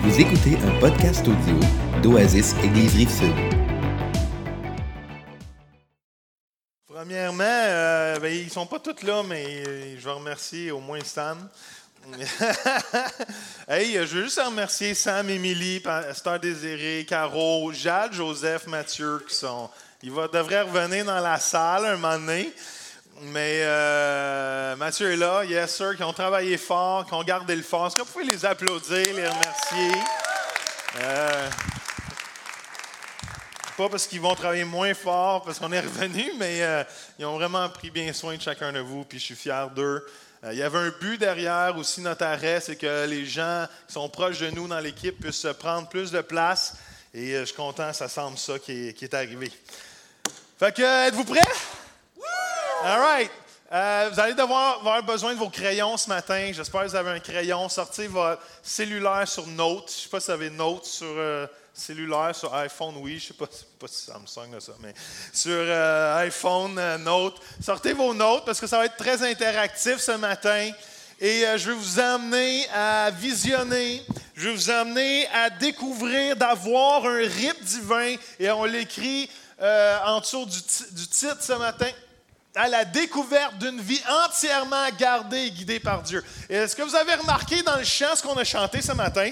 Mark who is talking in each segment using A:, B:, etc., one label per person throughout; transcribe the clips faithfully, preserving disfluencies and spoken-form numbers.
A: Vous écoutez un podcast audio d'Oasis Église Rive-Sud.
B: Premièrement, euh, ben, ils ne sont pas tous là, mais euh, je vais remercier au moins Sam. Hey, je veux juste remercier Sam, Émilie, Pasteur Désiré, Caro, Jade, Joseph, Mathieu, qui sont. Ils va, devraient revenir dans la salle un moment donné. Mais euh, Mathieu est là, yes sir, qui ont travaillé fort, qui ont gardé le fort. Est-ce que vous pouvez les applaudir, les remercier? Euh, pas parce qu'ils vont travailler moins fort, parce qu'on est revenus, mais euh, ils ont vraiment pris bien soin de chacun de vous, puis je suis fier d'eux. Euh, il y avait un but derrière aussi notre arrêt, c'est que les gens qui sont proches de nous dans l'équipe puissent prendre plus de place. Et euh, je suis content, ça semble ça qui est, qui est arrivé. Fait que, euh, êtes-vous prêts? All right. Euh, vous allez devoir avoir besoin de vos crayons ce matin. J'espère que vous avez un crayon. Sortez votre cellulaire sur Note. Je ne sais pas si vous avez Note sur euh, cellulaire, sur iPhone, oui. Je ne sais pas, pas si Samsung a ça, mais sur euh, iPhone, euh, Note. Sortez vos notes parce que ça va être très interactif ce matin. Et euh, je vais vous emmener à visionner. Je vais vous emmener à découvrir, d'avoir un rythme divin. Et on l'écrit euh, en dessous du, t- du titre ce matin. À la découverte d'une vie entièrement gardée et guidée par Dieu. Et est-ce que vous avez remarqué dans le chant ce qu'on a chanté ce matin?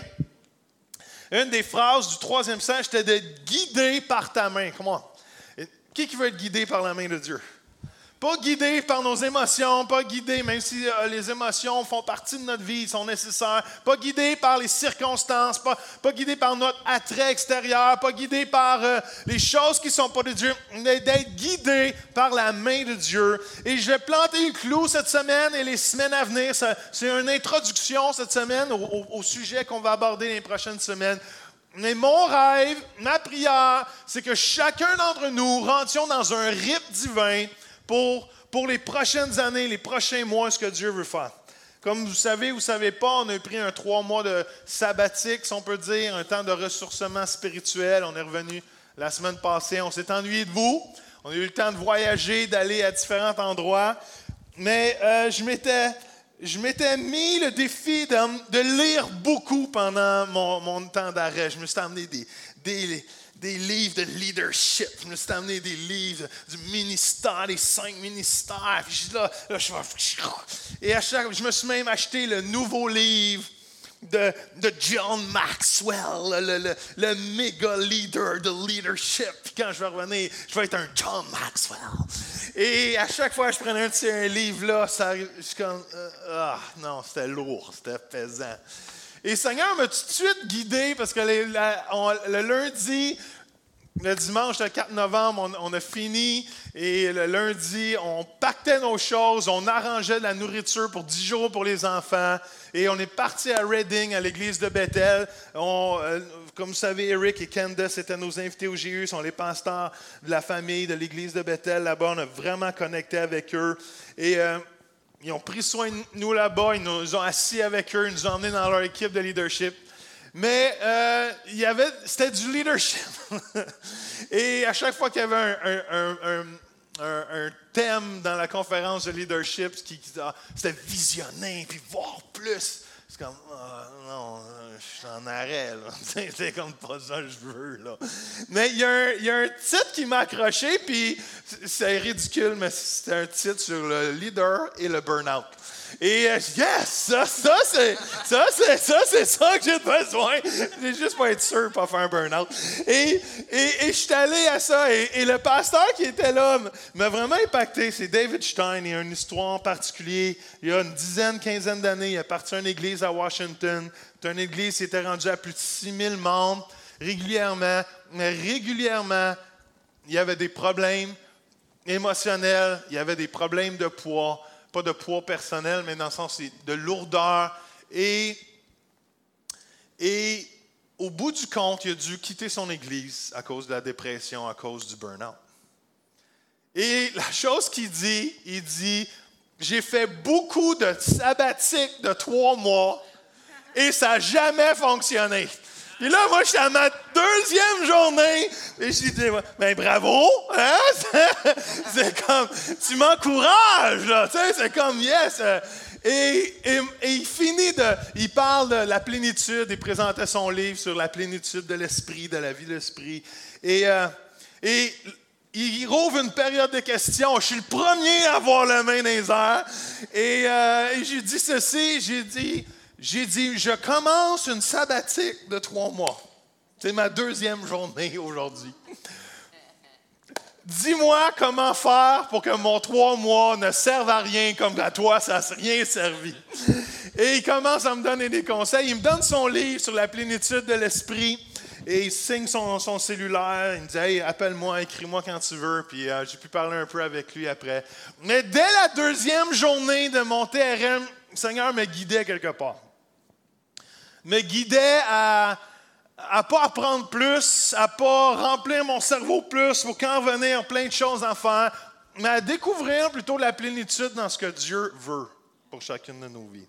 B: Une des phrases du troisième psaume, c'était d'être guidé par ta main. Comment? Qui qui veut être guidé par la main de Dieu? Pas guidé par nos émotions, pas guidé, même si euh, les émotions font partie de notre vie, sont nécessaires. Pas guidé par les circonstances, pas, pas guidé par notre attrait extérieur, pas guidé par euh, les choses qui ne sont pas de Dieu, mais d'être guidé par la main de Dieu. Et je vais planter le clou cette semaine et les semaines à venir. Ça, c'est une introduction cette semaine au, au, au sujet qu'on va aborder les prochaines semaines. Mais mon rêve, ma prière, c'est que chacun d'entre nous rentions dans un rythme divin Pour, pour les prochaines années, les prochains mois, ce que Dieu veut faire. Comme vous savez ou ne savez pas, on a pris un trois mois de sabbatique, si on peut dire, un temps de ressourcement spirituel. On est revenu la semaine passée, on s'est ennuyé de vous. On a eu le temps de voyager, d'aller à différents endroits. Mais euh, je, m'étais, je m'étais mis le défi de, de lire beaucoup pendant mon, mon temps d'arrêt. Je me suis amené des... des Des livres de leadership. Je me suis amené des livres du ministère, des cinq ministères. Puis je, là, là, je, et à chaque, je me suis même acheté le nouveau livre de, de John Maxwell, le, le, le méga leader de leadership. Puis quand je vais revenir, je vais être un John Maxwell. Et à chaque fois que je prenais un de ces livres-là, ça, je suis comme, euh, ah non, c'était lourd, c'était pesant. Et le Seigneur m'a tout de suite guidé parce que les, la, on, le lundi, le dimanche, le quatre novembre, on, on a fini. Et le lundi, on pactait nos choses, on arrangeait de la nourriture pour dix jours pour les enfants. Et on est parti à Reading, à l'église de Bethel. On, euh, comme vous savez, Eric et Candace étaient nos invités au G U, sont les pasteurs de la famille de l'église de Bethel. Là-bas, on a vraiment connecté avec eux. Et... Euh, Ils ont pris soin de nous là-bas, ils nous ont assis avec eux, ils nous ont emmenés dans leur équipe de leadership. Mais euh, il y avait, c'était du leadership. Et à chaque fois qu'il y avait un, un, un, un, un, un thème dans la conférence de leadership, qui, qui, ah, c'était visionner, puis voir plus. C'est comme, oh, non, je suis en arrêt, là. C'est comme pas ça que je veux, là. Mais il y, y a un titre qui m'a accroché, puis c'est ridicule, mais c'était un titre sur le leader et le burn-out. Et euh, yes, ça, ça, c'est, ça, c'est, ça, c'est ça que j'ai besoin. J'ai juste pas être sûr de pas faire un burn-out. Et, et, et je suis allé à ça. Et, et le pasteur qui était là m'a vraiment impacté. C'est David Stein. Il a une histoire particulière. Il y a une dizaine, quinzaine d'années, il est parti à une église à Washington. C'est une église qui était rendue à plus de six mille membres régulièrement. Mais régulièrement, il y avait des problèmes émotionnels. Il y avait des problèmes de poids. Pas de poids personnel, mais dans le sens de lourdeur. Et, et au bout du compte, il a dû quitter son église à cause de la dépression, à cause du burn-out. Et la chose qu'il dit, il dit, j'ai fait beaucoup de sabbatiques de trois mois et ça n'a jamais fonctionné. Puis là, moi, je suis à ma deuxième journée. Et je dis, ben bravo, hein? C'est comme, tu m'encourages, là. Tu sais, c'est comme, yes. Et, et, et il finit de, il parle de la plénitude, il présentait son livre sur la plénitude de l'esprit, de la vie de l'esprit. Et, euh, et il rouvre une période de questions. Je suis le premier à avoir la main dans les airs. Et, euh, et j'ai dit ceci, j'ai dit, j'ai dit, je commence une sabbatique de trois mois. C'est ma deuxième journée aujourd'hui. Dis-moi comment faire pour que mon trois mois ne serve à rien comme à toi, ça n'a rien servi. Et il commence à me donner des conseils. Il me donne son livre sur la plénitude de l'esprit et il signe son, son cellulaire. Il me dit « Hey, appelle-moi, écris-moi quand tu veux. » Puis euh, j'ai pu parler un peu avec lui après. Mais dès la deuxième journée de mon T R M, le Seigneur me guidait quelque part. Me guidait à... à ne pas apprendre plus, à ne pas remplir mon cerveau plus pour qu'en venir plein de choses à faire, mais à découvrir plutôt la plénitude dans ce que Dieu veut pour chacune de nos vies.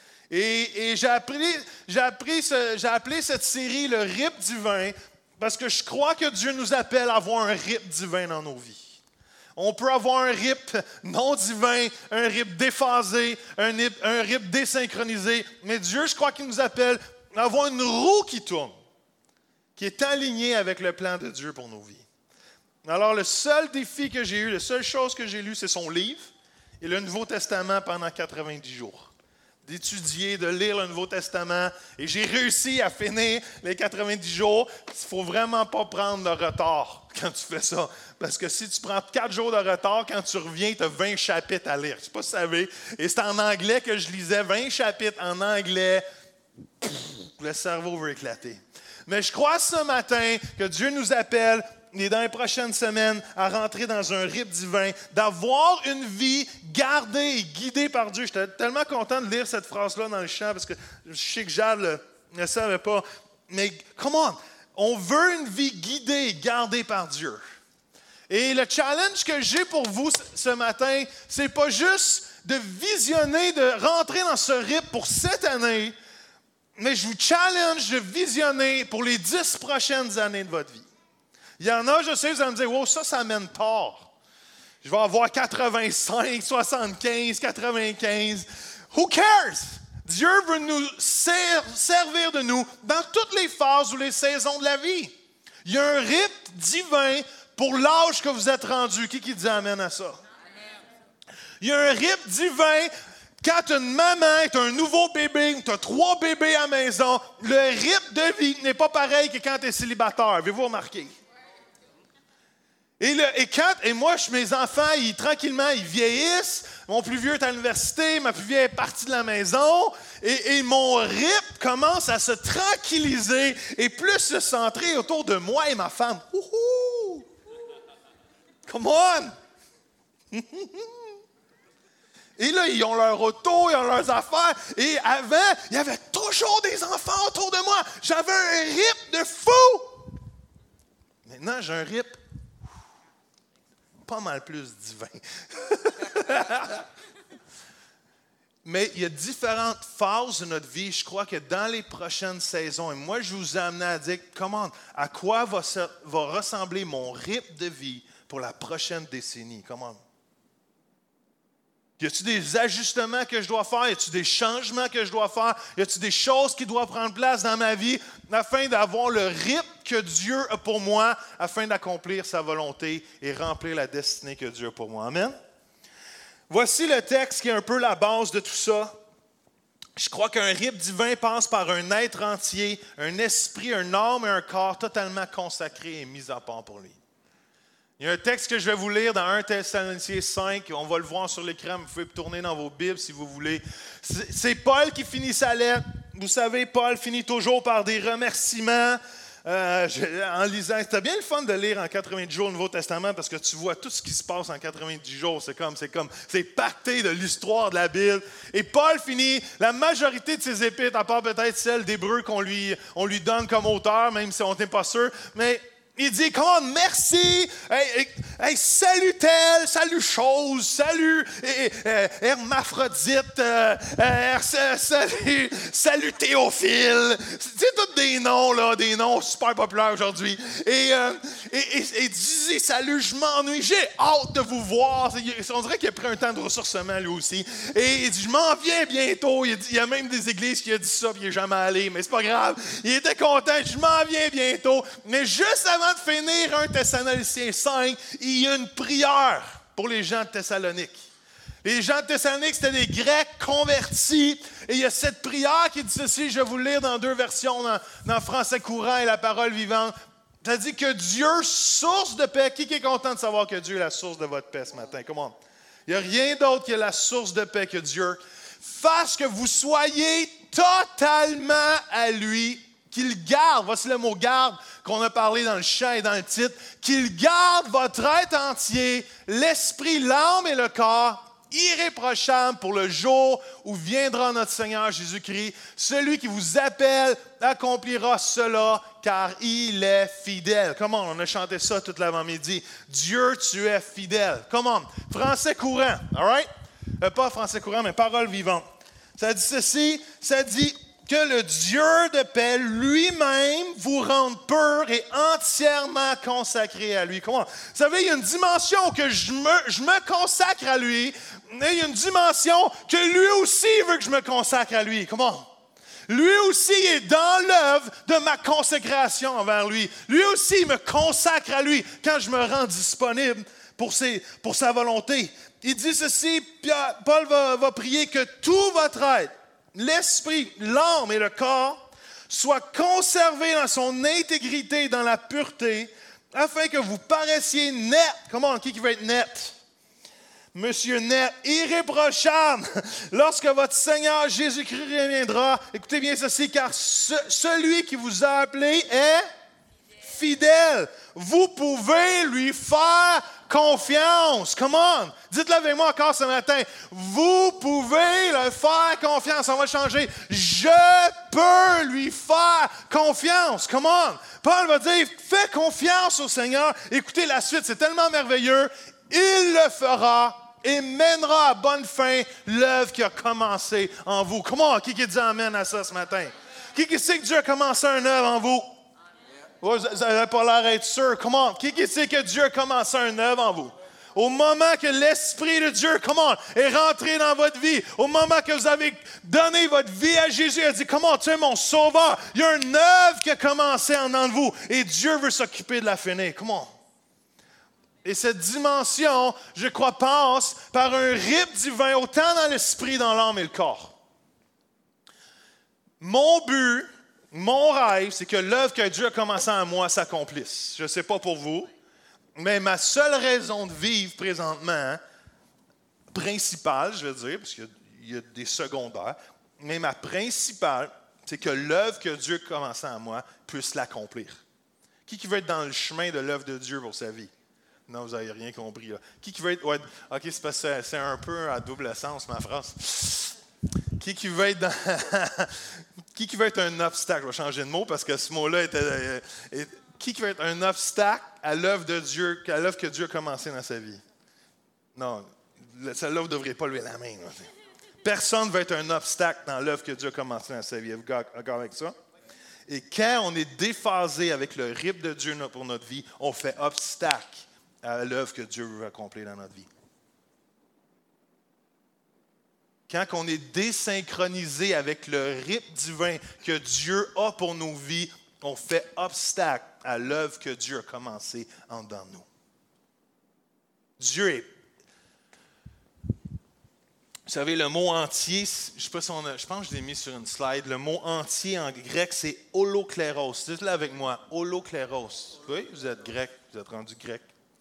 B: Et, et j'ai, appris, j'ai, appris ce, j'ai appelé cette série le rythme divin parce que je crois que Dieu nous appelle à avoir un rythme divin dans nos vies. On peut avoir un rythme non divin, un rythme déphasé, un, un rythme désynchronisé, mais Dieu, je crois qu'il nous appelle à avoir une roue qui tourne, qui est aligné avec le plan de Dieu pour nos vies. Alors, le seul défi que j'ai eu, la seule chose que j'ai lue, c'est son livre et le Nouveau Testament pendant quatre-vingt-dix jours. D'étudier, de lire le Nouveau Testament. Et j'ai réussi à finir les quatre-vingt-dix jours. Il ne faut vraiment pas prendre de retard quand tu fais ça. Parce que si tu prends quatre jours de retard, quand tu reviens, tu as vingt chapitres à lire. Je ne sais pas si vous savez. Et c'est en anglais que je lisais vingt chapitres en anglais. Pff, le cerveau veut éclater. Mais je crois ce matin que Dieu nous appelle, et dans les prochaines semaines, à rentrer dans un rythme divin, d'avoir une vie gardée et guidée par Dieu. J'étais tellement content de lire cette phrase-là dans le chant, parce que je sais que Jade ne le savait pas. Mais, come on, on veut une vie guidée et gardée par Dieu. Et le challenge que j'ai pour vous ce matin, c'est pas juste de visionner, de rentrer dans ce rythme pour cette année, mais je vous challenge de visionner pour les dix prochaines années de votre vie. Il y en a, je sais, vous allez me dire, wow, ça, ça mène tard. Je vais avoir quatre-vingt-cinq, soixante-quinze, quatre-vingt-quinze. Who cares? Dieu veut nous ser- servir de nous dans toutes les phases ou les saisons de la vie. Il y a un rythme divin pour l'âge que vous êtes rendu. Qui qui dit amen à ça? Amen. Il y a un rythme divin. Quand tu as une maman, tu as un nouveau bébé, tu as trois bébés à la maison, le rythme de vie n'est pas pareil que quand tu es célibataire. Avez-vous remarqué? Et, le, et, quand, et moi, je, mes enfants, ils, tranquillement, ils vieillissent. Mon plus vieux est à l'université, ma plus vieille est partie de la maison. Et, et mon rythme commence à se tranquilliser et plus se centrer autour de moi et ma femme. Wouhou! Come on! Et là, ils ont leur auto, ils ont leurs affaires. Et avant, il y avait toujours des enfants autour de moi. J'avais un rythme de fou. Maintenant, j'ai un rythme pas mal plus divin. Mais il y a différentes phases de notre vie. Je crois que dans les prochaines saisons, et moi, je vous ai amené à dire, comment, à quoi va, va ressembler mon rythme de vie pour la prochaine décennie? Comment? Y a-t-il des ajustements que je dois faire? Y a-t-il des changements que je dois faire? Y a-t-il des choses qui doivent prendre place dans ma vie afin d'avoir le rythme que Dieu a pour moi, afin d'accomplir sa volonté et remplir la destinée que Dieu a pour moi? Amen? Voici le texte qui est un peu la base de tout ça. Je crois qu'un rythme divin passe par un être entier, un esprit, un âme et un corps totalement consacrés et mis à part pour lui. Il y a un texte que je vais vous lire dans premier Thessaloniciens cinq. On va le voir sur l'écran. Vous pouvez tourner dans vos Bibles si vous voulez. C'est, c'est Paul qui finit sa lettre. Vous savez, Paul finit toujours par des remerciements. Euh, je, en lisant, c'était bien le fun de lire en quatre-vingt-dix jours le Nouveau Testament parce que tu vois tout ce qui se passe en quatre-vingt-dix jours. C'est comme, c'est comme, c'est pacté de l'histoire de la Bible. Et Paul finit la majorité de ses épîtres, à part peut-être celle d'Hébreux qu'on lui, on lui donne comme auteur, même si on n'est pas sûr. Mais Il dit, comment, merci, hey, hey, hey, salut tel, salut chose, salut hey, hey, hermaphrodite, euh, euh, salut, salut Théophile. C'est tous des noms, là, des noms super populaires aujourd'hui. Et, euh, et, et, et disait, salut, je m'ennuie, j'ai hâte de vous voir. On dirait qu'il a pris un temps de ressourcement, lui aussi. Et il dit, je m'en viens bientôt. Il, dit, il y a même des églises qui ont dit ça, puis il n'est jamais allé, mais c'est pas grave. Il était content, je m'en viens bientôt. Mais juste avant de finir un Thessaloniciens cinq, il y a une prière pour les gens de Thessalonique. Les gens de Thessalonique, c'était des Grecs convertis. Et il y a cette prière qui dit ceci, je vais vous le lire dans deux versions, dans, dans Français courant et la parole vivante. Ça dit que Dieu, source de paix, qui est content de savoir que Dieu est la source de votre paix ce matin? Comment? Il n'y a rien d'autre qui est la source de paix que Dieu. Fasse que vous soyez totalement à lui, qu'il garde, voici le mot garde qu'on a parlé dans le chant et dans le titre, qu'il garde votre être entier, l'esprit, l'âme et le corps, irréprochable pour le jour où viendra notre Seigneur Jésus-Christ. Celui qui vous appelle accomplira cela, car il est fidèle. Comment on a chanté ça toute l'avant-midi. Dieu, tu es fidèle. Comment? Français courant, all right? Euh, pas français courant, mais parole vivante. Ça dit ceci, ça dit que le Dieu de paix lui-même vous rende pur et entièrement consacré à lui. Comment? Vous savez, il y a une dimension que je me, je me consacre à lui, mais il y a une dimension que lui aussi veut que je me consacre à lui. Comment? Lui aussi est dans l'œuvre de ma consécration envers lui. Lui aussi il me consacre à lui quand je me rends disponible pour, ses, pour sa volonté. Il dit ceci, Paul va, va prier que tout votre être, l'esprit, l'âme et le corps soient conservés dans son intégrité, dans la pureté, afin que vous paraissiez net. Comment? Qui veut être net? Monsieur net, irréprochable, lorsque votre Seigneur Jésus-Christ reviendra. Écoutez bien ceci, car ce, celui qui vous a appelé est fidèle. Vous pouvez lui faire confiance. Come on. Dites-le avec moi encore ce matin. Vous pouvez le faire confiance. On va changer. Je peux lui faire confiance. Come on. Paul va dire, fais confiance au Seigneur. Écoutez la suite, c'est tellement merveilleux. Il le fera et mènera à bonne fin l'œuvre qui a commencé en vous. Comment? Qui qui dit amen à ça ce matin? Qui qui sait que Dieu a commencé une œuvre en vous? Vous n'avez pas l'air d'être sûr. Comment? Qui qui sait que Dieu a commencé une œuvre en vous? Au moment que l'Esprit de Dieu, comment, est rentré dans votre vie, au moment que vous avez donné votre vie à Jésus, il a dit, comment, tu es mon sauveur. Il y a une œuvre qui a commencé en dedans de vous et Dieu veut s'occuper de la finir. Comment? Et cette dimension, je crois, passe par un rythme divin, autant dans l'esprit, dans l'âme et le corps. Mon but, mon rêve, c'est que l'œuvre que Dieu a commencé en moi s'accomplisse. Je ne sais pas pour vous, mais ma seule raison de vivre présentement, principale, je veux dire, parce qu'il y a des secondaires, mais ma principale, c'est que l'œuvre que Dieu a commencé en moi puisse l'accomplir. Qui qui veut être dans le chemin de l'œuvre de Dieu pour sa vie? Non, vous n'avez rien compris. Là. Qui qui veut être... Ouais, OK, c'est parce que c'est un peu à double sens, ma phrase. Qui qui veut être dans... qui qui veut être un obstacle? Je vais changer de mot parce que ce mot-là était... Euh, est... Qui qui veut être un obstacle à l'œuvre de Dieu, à l'œuvre que Dieu a commencé dans sa vie? Non, celle-là, vous ne devriez pas lever la main. Là. Personne ne veut être un obstacle dans l'œuvre que Dieu a commencé dans sa vie. Êtes-vous d'accord avec ça? Et quand on est déphasé avec le rythme de Dieu pour notre vie, on fait obstacle à l'œuvre que Dieu veut accomplir dans notre vie. Quand on est désynchronisé avec le rythme divin que Dieu a pour nos vies, on fait obstacle à l'œuvre que Dieu a commencée en dedans de nous. Dieu est... Vous savez, le mot entier, je sais pas si on a, je pense que je l'ai mis sur une slide, le mot entier en grec, c'est holokléros. Dites-le avec moi, holokléros. Oui, vous êtes grec, vous êtes rendu grec.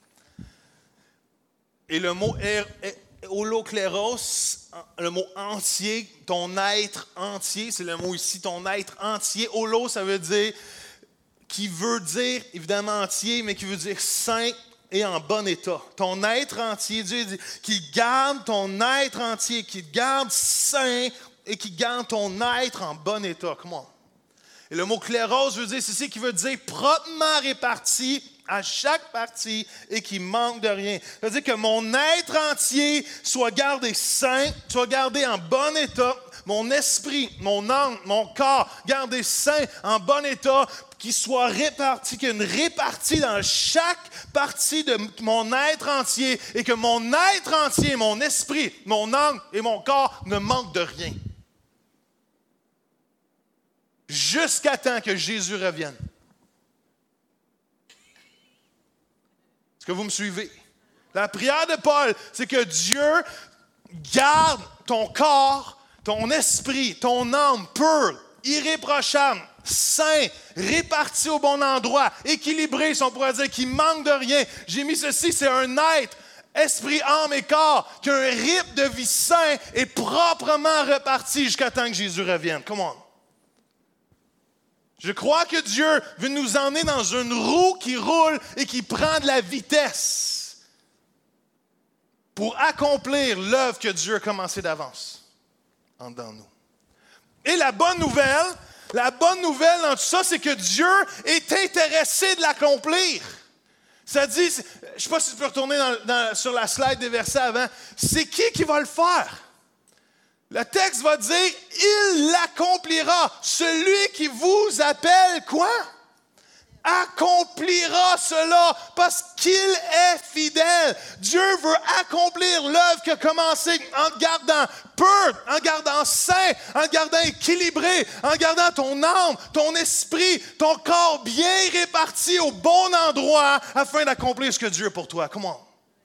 B: Et le mot holokléros, le mot entier, ton être entier, c'est le mot ici, ton être entier. Holo, ça veut dire, qui veut dire évidemment entier, mais qui veut dire saint et en bon état. Ton être entier, Dieu dit qu'il garde ton être entier, qu'il garde saint et qu'il garde ton être en bon état. Comment? Et le mot kléros veut dire, c'est ce qui veut dire proprement réparti à chaque partie et qui manque de rien. Ça veut dire que mon être entier soit gardé sain, soit gardé en bon état, mon esprit, mon âme, mon corps, gardé sain, en bon état, qu'il soit réparti, qu'il y ait une répartie dans chaque partie de mon être entier et que mon être entier, mon esprit, mon âme et mon corps ne manquent de rien. Jusqu'à temps que Jésus revienne. Est-ce que vous me suivez? La prière de Paul, c'est que Dieu garde ton corps, ton esprit, ton âme pure, irréprochable, sain, réparti au bon endroit, équilibré, si on pourrait dire, qui manque de rien. J'ai mis ceci, c'est un être, esprit, âme et corps, qui a un rythme de vie sain et proprement reparti jusqu'à temps que Jésus revienne. Come on. Je crois que Dieu veut nous emmener dans une roue qui roule et qui prend de la vitesse pour accomplir l'œuvre que Dieu a commencée d'avance en dedans de nous. Et la bonne nouvelle, la bonne nouvelle dans tout ça, c'est que Dieu est intéressé de l'accomplir. Ça dit, je ne sais pas si tu peux retourner dans, dans, sur la slide des versets avant, c'est qui qui va le faire? Le texte va dire, il l'accomplira. Celui qui vous appelle quoi? Accomplira cela parce qu'il est fidèle. Dieu veut accomplir l'œuvre qu'il a commencée en te gardant pur, en te gardant sain, en te gardant équilibré, en gardant ton âme, ton esprit, ton corps bien répartis au bon endroit afin d'accomplir ce que Dieu a pour toi. Come on.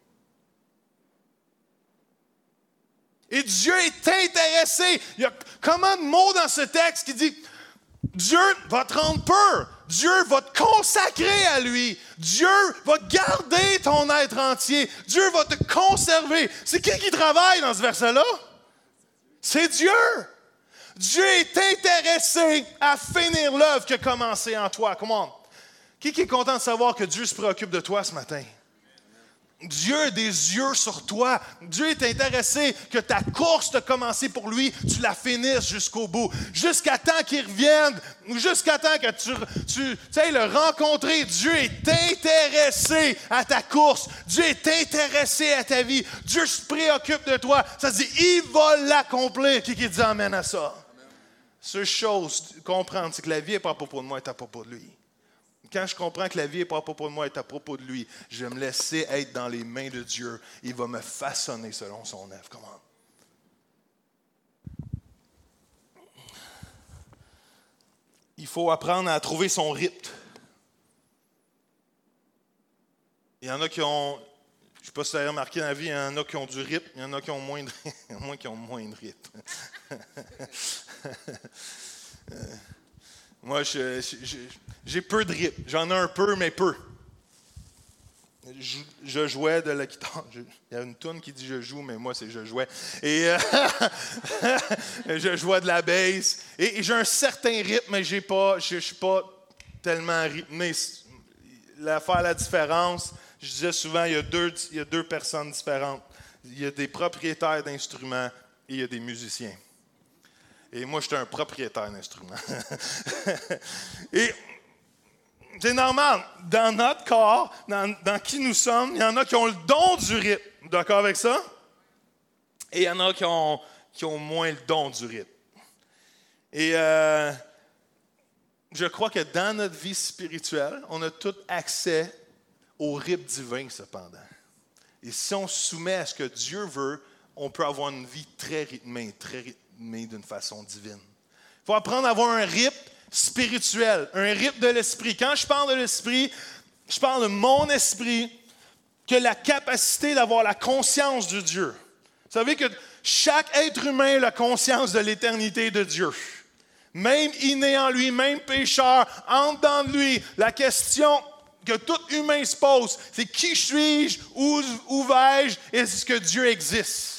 B: Et Dieu est intéressé. Il y a comment de mots dans ce texte qui dit Dieu va te rendre pur. Dieu va te consacrer à lui. Dieu va garder ton être entier. Dieu va te conserver. C'est qui qui travaille dans ce verset-là? C'est Dieu. Dieu est intéressé à finir l'œuvre qui a commencé en toi. Comment? Qui, qui est content de savoir que Dieu se préoccupe de toi ce matin? Dieu a des yeux sur toi. Dieu est intéressé que ta course t'a commencé pour lui, tu la finisses jusqu'au bout. Jusqu'à temps qu'il revienne, jusqu'à temps que tu, tu, tu ailles le rencontrer. Dieu est intéressé à ta course. Dieu est intéressé à ta vie. Dieu se préoccupe de toi. Ça se dit, il va l'accomplir. Qui qui dit amen à ça? Seule chose, comprendre, c'est que la vie n'est pas à propos de moi, elle est à propos de lui. Quand je comprends que la vie n'est pas à propos de moi, elle est à propos de lui, je vais me laisser être dans les mains de Dieu. Il va me façonner selon son œuvre. Comment? Il faut apprendre à trouver son rythme. Il y en a qui ont, je ne sais pas si vous avez remarqué dans la vie, il y en a qui ont du rythme, il y en a qui ont moins de, moins qui ont moins de rythme. Moi, je, je, j'ai peu de rythme. J'en ai un peu, mais peu. Je, je jouais de la guitare. Je, il y a une toune qui dit « je joue », mais moi, c'est « je jouais ». Et euh, je jouais de la bass. Et, et j'ai un certain rythme, mais j'ai pas, je ne suis pas tellement rythmé. La faire la différence, je disais souvent, il y a deux, il y a deux personnes différentes. Il y a des propriétaires d'instruments et il y a des musiciens. Et moi, j'étais un propriétaire d'instruments. Et c'est normal. Dans notre corps, dans, dans qui nous sommes, il y en a qui ont le don du rythme. D'accord avec ça? Et il y en a qui ont, qui ont moins le don du rythme. Et euh, je crois que dans notre vie spirituelle, on a tout accès au rythme divin, cependant. Et si on se soumet à ce que Dieu veut, on peut avoir une vie très rythmée, très rythmée. Mais d'une façon divine. Il faut apprendre à avoir un rythme spirituel, un rythme de l'esprit. Quand je parle de l'esprit, je parle de mon esprit qui a la capacité d'avoir la conscience de Dieu. Vous savez que chaque être humain a la conscience de l'éternité de Dieu. Même inné en lui, même pécheur, en dedans de lui, la question que tout humain se pose, c'est qui suis-je, où, où vais-je, et est-ce que Dieu existe?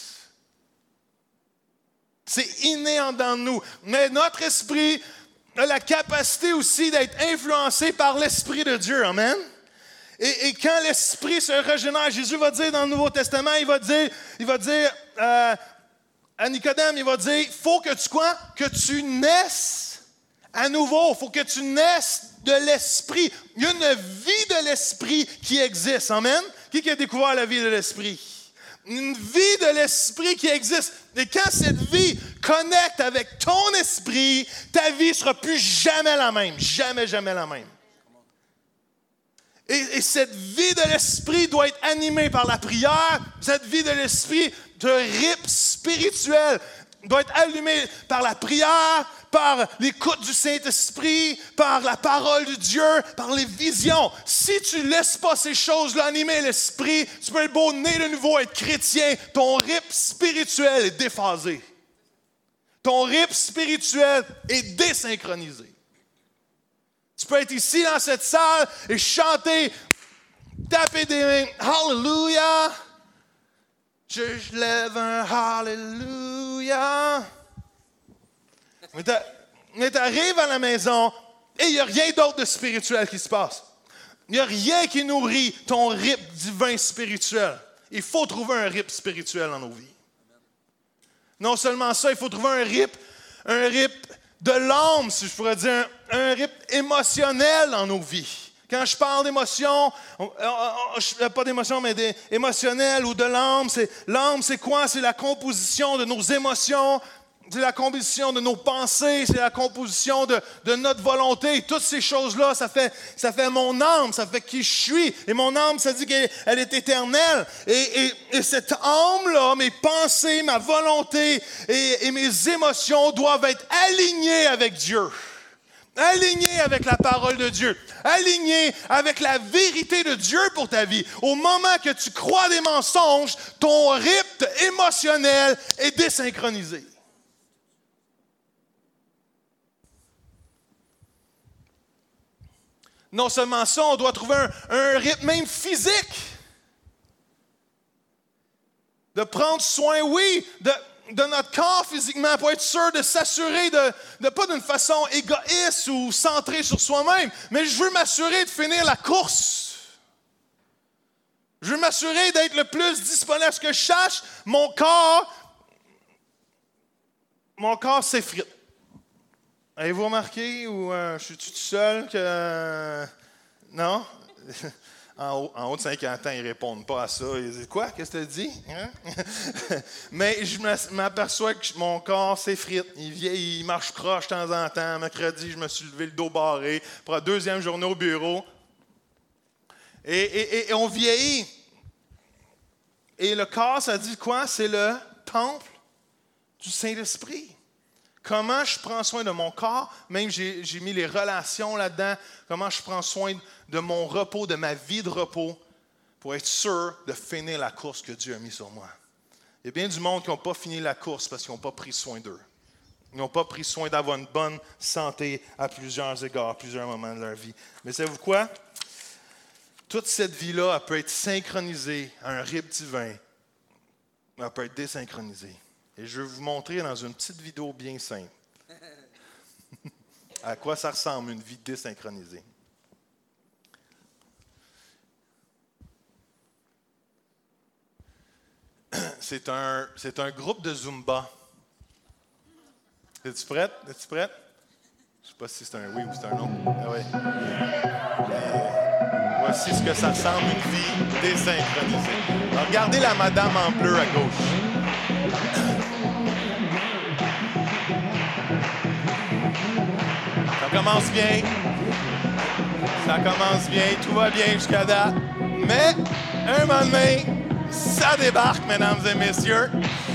B: C'est inné en dedans de nous. Mais notre esprit a la capacité aussi d'être influencé par l'Esprit de Dieu. Amen. Et, et quand l'Esprit se régénère, Jésus va dire dans le Nouveau Testament, il va dire, il va dire euh, à Nicodème, il va dire, il faut que tu quoi? Que tu naisses À nouveau, il faut que tu naisses de l'esprit. Il y a une vie de l'esprit qui existe. Amen? Qui qui a découvert la vie de l'esprit? Une vie de l'esprit qui existe. Et quand cette vie connecte avec ton esprit, ta vie ne sera plus jamais la même. Jamais, jamais la même. Et, et cette vie de l'esprit doit être animée par la prière. Cette vie de l'esprit de rythme spirituel doit être allumée par la prière, par l'écoute du Saint-Esprit, par la parole de Dieu, par les visions. Si tu ne laisses pas ces choses-là animer l'esprit, tu peux être beau, né de nouveau, être chrétien, ton rythme spirituel est déphasé. Ton rythme spirituel est désynchronisé. Tu peux être ici dans cette salle et chanter, taper des mains, Hallelujah. Je, je lève un Hallelujah. Mais tu arrives à la maison et il n'y a rien d'autre de spirituel qui se passe. Il n'y a rien qui nourrit ton rythme divin spirituel. Il faut trouver un rythme spirituel dans nos vies. Non seulement ça, il faut trouver un rythme, un rythme de l'âme, si je pourrais dire, un, un rythme émotionnel dans nos vies. Quand je parle d'émotion, pas d'émotion, mais d'émotionnel ou de l'âme, c'est, l'âme, c'est quoi? C'est la composition de nos émotions, c'est la composition de nos pensées, c'est la composition de, de notre volonté. Toutes ces choses-là, ça fait, ça fait mon âme, ça fait qui je suis. Et mon âme, ça dit qu'elle elle est éternelle. Et, et, et cette âme-là, mes pensées, ma volonté et, et mes émotions doivent être alignées avec Dieu. Aligné avec la parole de Dieu, aligné avec la vérité de Dieu pour ta vie. Au moment que tu crois des mensonges, ton rythme émotionnel est désynchronisé. Non seulement ça, on doit trouver un, un rythme même physique. De prendre soin, oui, de... de notre corps physiquement pour être sûr de s'assurer de, de pas d'une façon égoïste ou centrée sur soi-même, mais je veux m'assurer de finir la course. Je veux m'assurer d'être le plus disponible. Ce que je sache, mon corps, mon corps s'effrite. Avez-vous remarqué ou euh, je suis tout seul que... Euh, non? En haut, en haut de cinquante ans, ils ne répondent pas à ça. Ils disent « Quoi? Qu'est-ce que tu dis? Hein? » Mais je m'aperçois que mon corps s'effrite. Il, vieillit, il marche croche de temps en temps. Mercredi, je me suis levé le dos barré pour la deuxième journée au bureau. Et, et, et on vieillit. Et le corps, ça dit quoi? C'est le temple du Saint-Esprit. Comment je prends soin de mon corps, même j'ai, j'ai mis les relations là-dedans, comment je prends soin de mon repos, de ma vie de repos, pour être sûr de finir la course que Dieu a mise sur moi. Il y a bien du monde qui n'ont pas fini la course parce qu'ils n'ont pas pris soin d'eux. Ils n'ont pas pris soin d'avoir une bonne santé à plusieurs égards, à plusieurs moments de leur vie. Mais savez-vous quoi? Toute cette vie-là, elle peut être synchronisée à un rythme divin, mais elle peut être désynchronisée. Et je vais vous montrer dans une petite vidéo bien simple à quoi ça ressemble une vie désynchronisée. C'est un, c'est un groupe de Zumba. Es-tu prête? Es-tu prête? Je ne sais pas si c'est un oui ou c'est un non. Ah ouais. Et voici ce que ça ressemble, une vie désynchronisée. Alors, regardez la madame en bleu à gauche. Ça commence bien. Ça commence bien. Tout va bien jusqu'à date. Mais, un moment donné, ça débarque, mesdames et messieurs.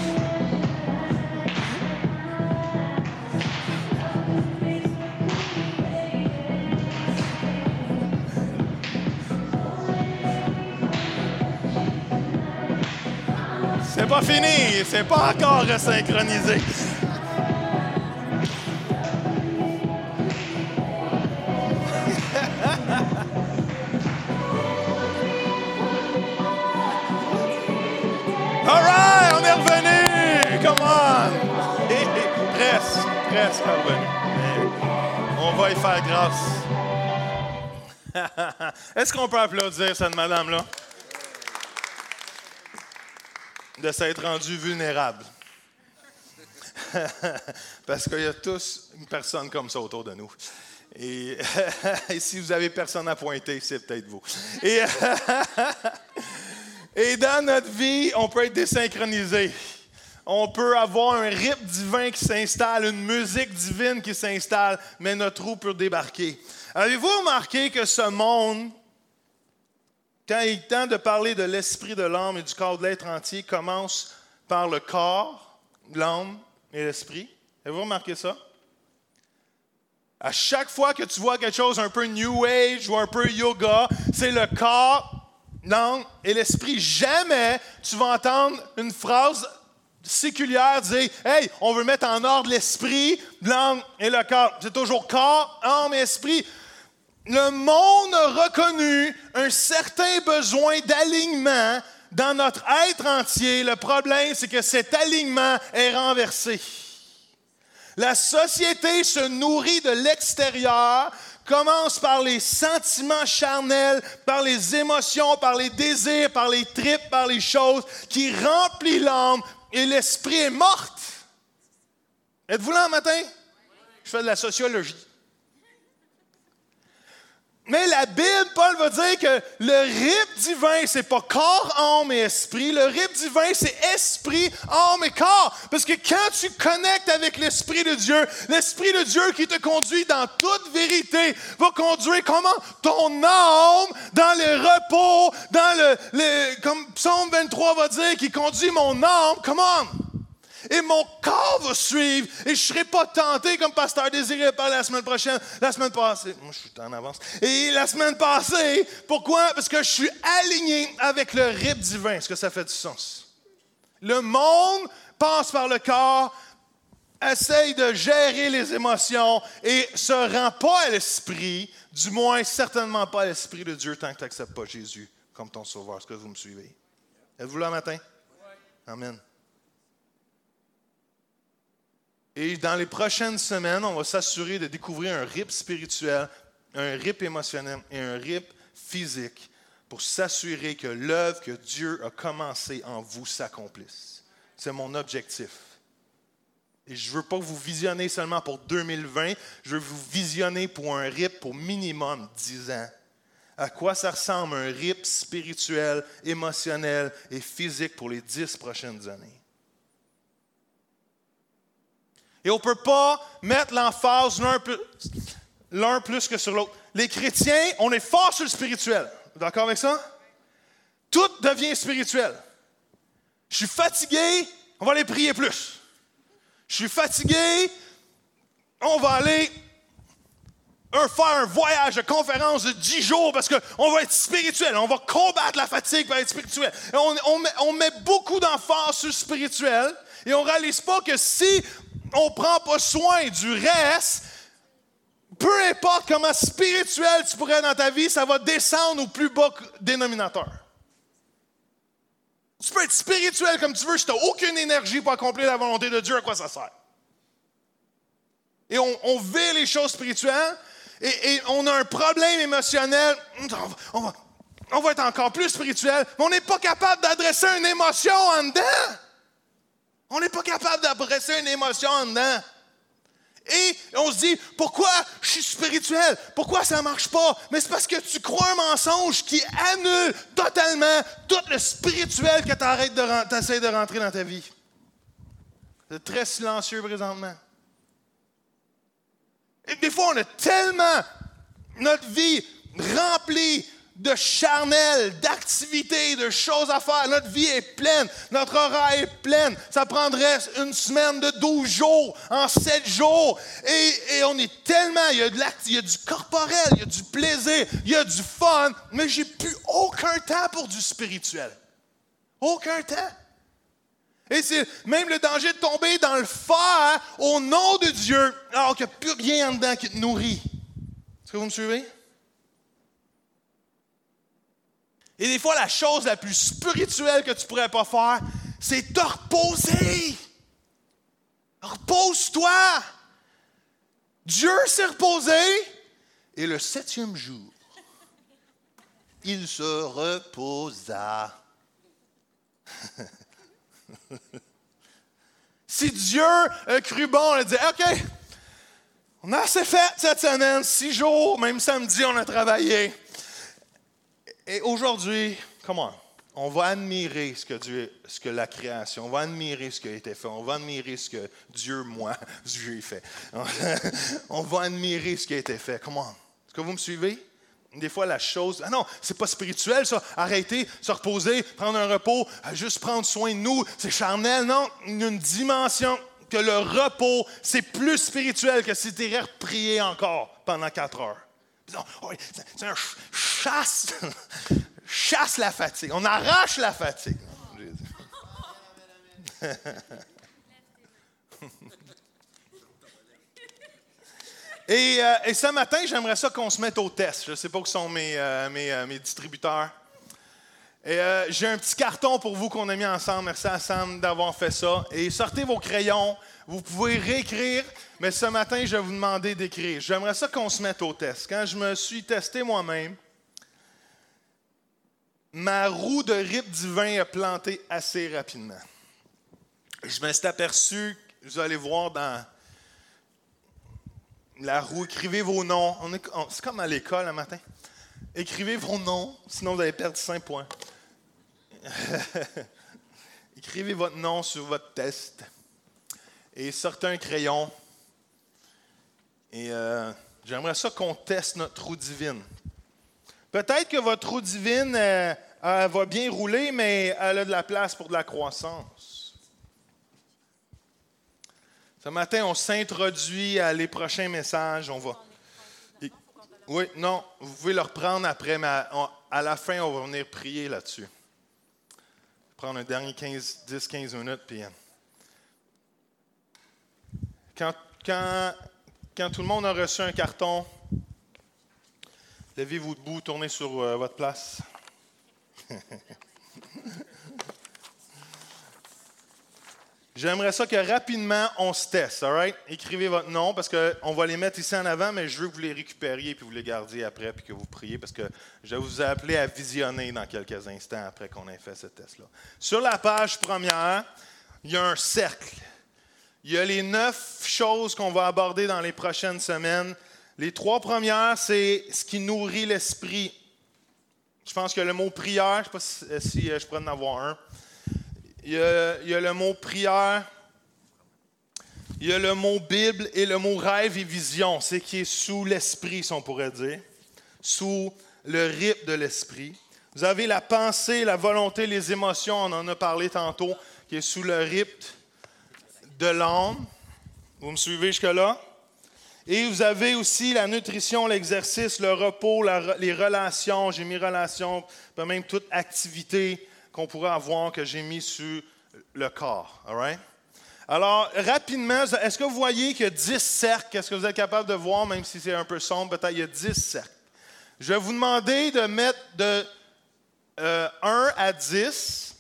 B: C'est pas fini. C'est pas encore synchronisé. All right, on est revenu! Come on! Presque, presque revenu. On va y faire grâce. Est-ce qu'on peut applaudir cette madame-là? De s'être rendue vulnérable. parce qu'il y a tous une personne comme ça autour de nous. Et, et si vous avez personne à pointer, c'est peut-être vous. Et, et dans notre vie, on peut être désynchronisé. On peut avoir un rythme divin qui s'installe, une musique divine qui s'installe, mais notre roue peut débarquer. Avez-vous remarqué que ce monde, quand il est temps de parler de l'esprit, de l'âme et du corps de l'être entier, commence par le corps, l'âme et l'esprit? Avez-vous remarqué ça? À chaque fois que tu vois quelque chose un peu New Age ou un peu yoga, c'est le corps, l'âme et l'esprit. Jamais tu vas entendre une phrase séculière dire « Hey, on veut mettre en ordre l'esprit, l'âme et le corps. » C'est toujours corps, âme et esprit. Le monde a reconnu un certain besoin d'alignement dans notre être entier. Le problème, c'est que cet alignement est renversé. La société se nourrit de l'extérieur, commence par les sentiments charnels, par les émotions, par les désirs, par les tripes, par les choses qui remplissent l'âme et l'esprit est morte. Êtes-vous là un matin? Je fais de la sociologie. Mais la Bible, Paul va dire que le rythme divin, c'est pas corps, âme et esprit. Le rythme divin, c'est esprit, âme et corps. Parce que quand tu connectes avec l'Esprit de Dieu, l'Esprit de Dieu qui te conduit dans toute vérité, va conduire comment? Ton âme dans le repos, dans le, le comme Psaume vingt-trois va dire, qui conduit mon âme, comment? Et mon corps va suivre. Et je ne serai pas tenté, comme Pasteur Désiré parlait la semaine prochaine, la semaine passée. Moi, je suis en avance. Et la semaine passée, pourquoi? Parce que je suis aligné avec le rythme divin. Est-ce que ça fait du sens? Le monde passe par le corps, essaye de gérer les émotions et ne se rend pas à l'esprit, du moins certainement pas à l'esprit de Dieu tant que tu n'acceptes pas Jésus comme ton sauveur. Est-ce que vous me suivez? Êtes-vous là matin? Amen. Et dans les prochaines semaines, on va s'assurer de découvrir un rythme spirituel, un rythme émotionnel et un rythme physique pour s'assurer que l'œuvre que Dieu a commencée en vous s'accomplisse. C'est mon objectif. Et je ne veux pas que vous visionnez seulement pour deux mille vingt, je veux vous visionner pour un rythme pour minimum dix ans. À quoi ça ressemble un rythme spirituel, émotionnel et physique pour les dix prochaines années? Et on ne peut pas mettre l'emphase l'un plus, l'un plus que sur l'autre. Les chrétiens, on est fort sur le spirituel. Vous êtes d'accord avec ça? Tout devient spirituel. Je suis fatigué, on va aller prier plus. Je suis fatigué, on va aller un, faire un voyage de conférence de dix jours parce qu'on va être spirituel. On va combattre la fatigue pour être spirituel. Et on, on, met, on met beaucoup d'emphase sur le spirituel et on ne réalise pas que si on ne prend pas soin du reste, peu importe comment spirituel tu pourrais être dans ta vie, ça va descendre au plus bas dénominateur. Tu peux être spirituel comme tu veux, si tu n'as aucune énergie pour accomplir la volonté de Dieu, à quoi ça sert? Et on, on vit les choses spirituelles et, et on a un problème émotionnel. On va, on, va, on va être encore plus spirituel, mais on n'est pas capable d'adresser une émotion en dedans. On n'est pas capable d'adresser une émotion en dedans. Et on se dit, pourquoi je suis spirituel? Pourquoi ça ne marche pas? Mais c'est parce que tu crois un mensonge qui annule totalement tout le spirituel que tu essaies de rentrer dans ta vie. C'est très silencieux présentement. Et des fois, on a tellement notre vie remplie de charnel, d'activités, de choses à faire. Notre vie est pleine, notre horaire est plein. Ça prendrait une semaine de douze jours, en sept jours. Et, et on est tellement, il y a de l'acte, il y a du corporel, il y a du plaisir, il y a du fun, mais j'ai plus aucun temps pour du spirituel. Aucun temps. Et c'est même le danger de tomber dans le faire au nom de Dieu, alors qu'il n'y a plus rien en dedans qui te nourrit. Est-ce que vous me suivez? Et des fois, la chose la plus spirituelle que tu ne pourrais pas faire, c'est te reposer. Repose-toi. Dieu s'est reposé et le septième jour, il se reposa. Si Dieu a cru bon, on a dit, OK, on a assez fait cette semaine, six jours, même samedi, on a travaillé. Et aujourd'hui, comment? On va admirer ce que Dieu, ce que la création, on va admirer ce qui a été fait, on va admirer ce que Dieu, moi, Dieu a fait. On va admirer ce qui a été fait. Comment? Est-ce que vous me suivez? Des fois, la chose... Ah non, c'est pas spirituel, ça. Arrêter, se reposer, prendre un repos, juste prendre soin de nous. C'est charnel, non. Une dimension que le repos, c'est plus spirituel que si tu irais prier encore pendant quatre heures. C'est un chasse... chasse la fatigue. On arrache la fatigue. Et, euh, et ce matin, j'aimerais ça qu'on se mette au test. Je ne sais pas où sont mes, euh, mes, euh, mes distributeurs. Et, euh, j'ai un petit carton pour vous qu'on a mis ensemble. Merci à Sam d'avoir fait ça. Et sortez vos crayons. Vous pouvez réécrire, mais ce matin, je vais vous demander d'écrire. J'aimerais ça qu'on se mette au test. Quand je me suis testé moi-même, ma roue de rip divin a planté assez rapidement. Je me suis aperçu, vous allez voir dans la roue, écrivez vos noms. On est, on, c'est comme à l'école le matin. Écrivez vos noms, sinon vous allez perdre cinq points. Écrivez votre nom sur votre test. Et sortez un crayon. Et euh, j'aimerais ça qu'on teste notre roue divine. Peut-être que votre roue divine euh, elle va bien rouler, mais elle a de la place pour de la croissance. Ce matin, on s'introduit à les prochains messages. On va. Oui, non, vous pouvez le reprendre après, mais à, à la fin, on va venir prier là-dessus. Je vais prendre un dernier dix quinze minutes. Puis, quand, quand, quand tout le monde a reçu un carton, levez-vous debout, tournez sur euh, votre place. J'aimerais ça que rapidement, on se teste, all right? Écrivez votre nom, parce qu'on va les mettre ici en avant, mais je veux que vous les récupériez puis vous les gardiez après, puis que vous priez, parce que je vais vous appeler à visionner dans quelques instants après qu'on ait fait ce test-là. Sur la page première, il y a un cercle. Il y a les neuf choses qu'on va aborder dans les prochaines semaines. Les trois premières, c'est ce qui nourrit l'esprit. Je pense que le mot prière, je ne sais pas si, si je pourrais en avoir un. Il y, a, il y a le mot prière, il y a le mot Bible et le mot rêve et vision. C'est qui est sous l'esprit, si on pourrait dire, sous le rythme de l'esprit. Vous avez la pensée, la volonté, les émotions, on en a parlé tantôt, qui est sous le rythme de l'âme. Vous me suivez jusque-là? Et vous avez aussi la nutrition, l'exercice, le repos, la, les relations. J'ai mis relations, même toute activité qu'on pourrait avoir, que j'ai mis sur le corps. All right? Alors, rapidement, est-ce que vous voyez qu'il y a dix cercles? Est-ce que vous êtes capable de voir, même si c'est un peu sombre, peut-être il y a dix cercles. Je vais vous demander de mettre de euh, un à dix.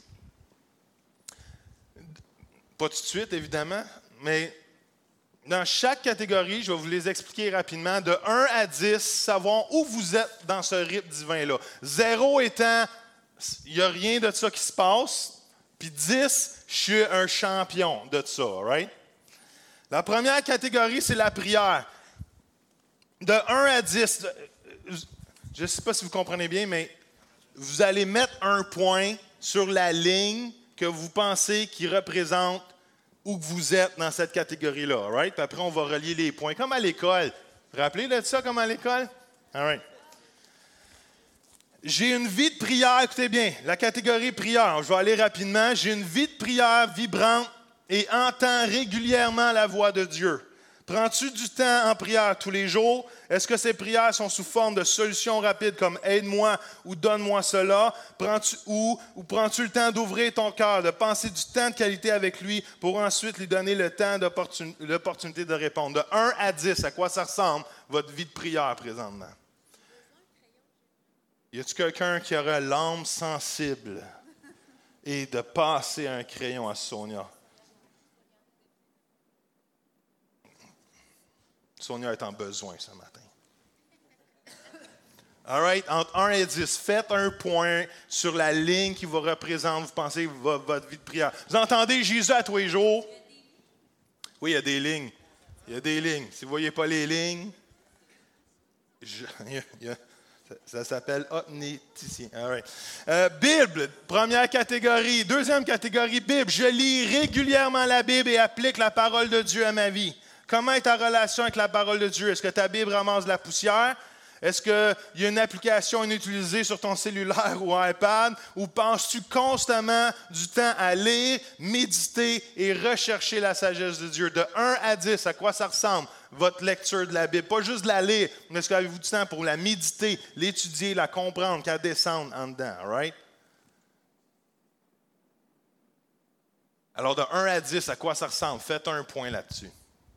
B: Pas tout de suite, évidemment, mais dans chaque catégorie, je vais vous les expliquer rapidement. De un à dix, savoir où vous êtes dans ce rythme divin-là. zéro étant, il n'y a rien de ça qui se passe. Puis dix, je suis un champion de ça. Right? La première catégorie, c'est la prière. De un à dix, je ne sais pas si vous comprenez bien, mais vous allez mettre un point sur la ligne que vous pensez qui représente où que vous êtes dans cette catégorie-là. Right? Puis après, on va relier les points, comme à l'école. Vous vous rappelez de ça, comme à l'école? All right. J'ai une vie de prière, écoutez bien, la catégorie prière, je vais aller rapidement. J'ai une vie de prière vibrante et entends régulièrement la voix de Dieu. Prends-tu du temps en prière tous les jours? Est-ce que ces prières sont sous forme de solutions rapides comme « aide-moi » ou « donne-moi cela » prends-tu, ou, ou prends-tu le temps d'ouvrir ton cœur, de passer du temps de qualité avec lui pour ensuite lui donner le temps, d'opportun, l'opportunité de répondre? De un à dix, à quoi ça ressemble votre vie de prière présentement? Y a-t-il quelqu'un qui aurait l'âme sensible et de passer un crayon à Sonia? Sonia est en besoin ce matin. All right, entre un et dix, faites un point sur la ligne qui vous représente, vous pensez, votre vie de prière. Vous entendez Jésus à tous les jours? Oui, il y a des lignes. Il y a des lignes. Si vous ne voyez pas les lignes, je, il y a, il y a, ça, ça s'appelle omniticien. All right. Euh, Bible, première catégorie. Deuxième catégorie, Bible. Je lis régulièrement la Bible et applique la parole de Dieu à ma vie. Comment est ta relation avec la parole de Dieu? Est-ce que ta Bible ramasse de la poussière? Est-ce qu'il y a une application inutilisée sur ton cellulaire ou iPad? Ou penses-tu constamment du temps à lire, méditer et rechercher la sagesse de Dieu? De un à dix, à quoi ça ressemble, votre lecture de la Bible? Pas juste de la lire, mais est-ce que avez-vous du temps pour la méditer, l'étudier, la comprendre, qu'elle descende en dedans? Right? Alors, de un à dix, à quoi ça ressemble? Faites un point là-dessus.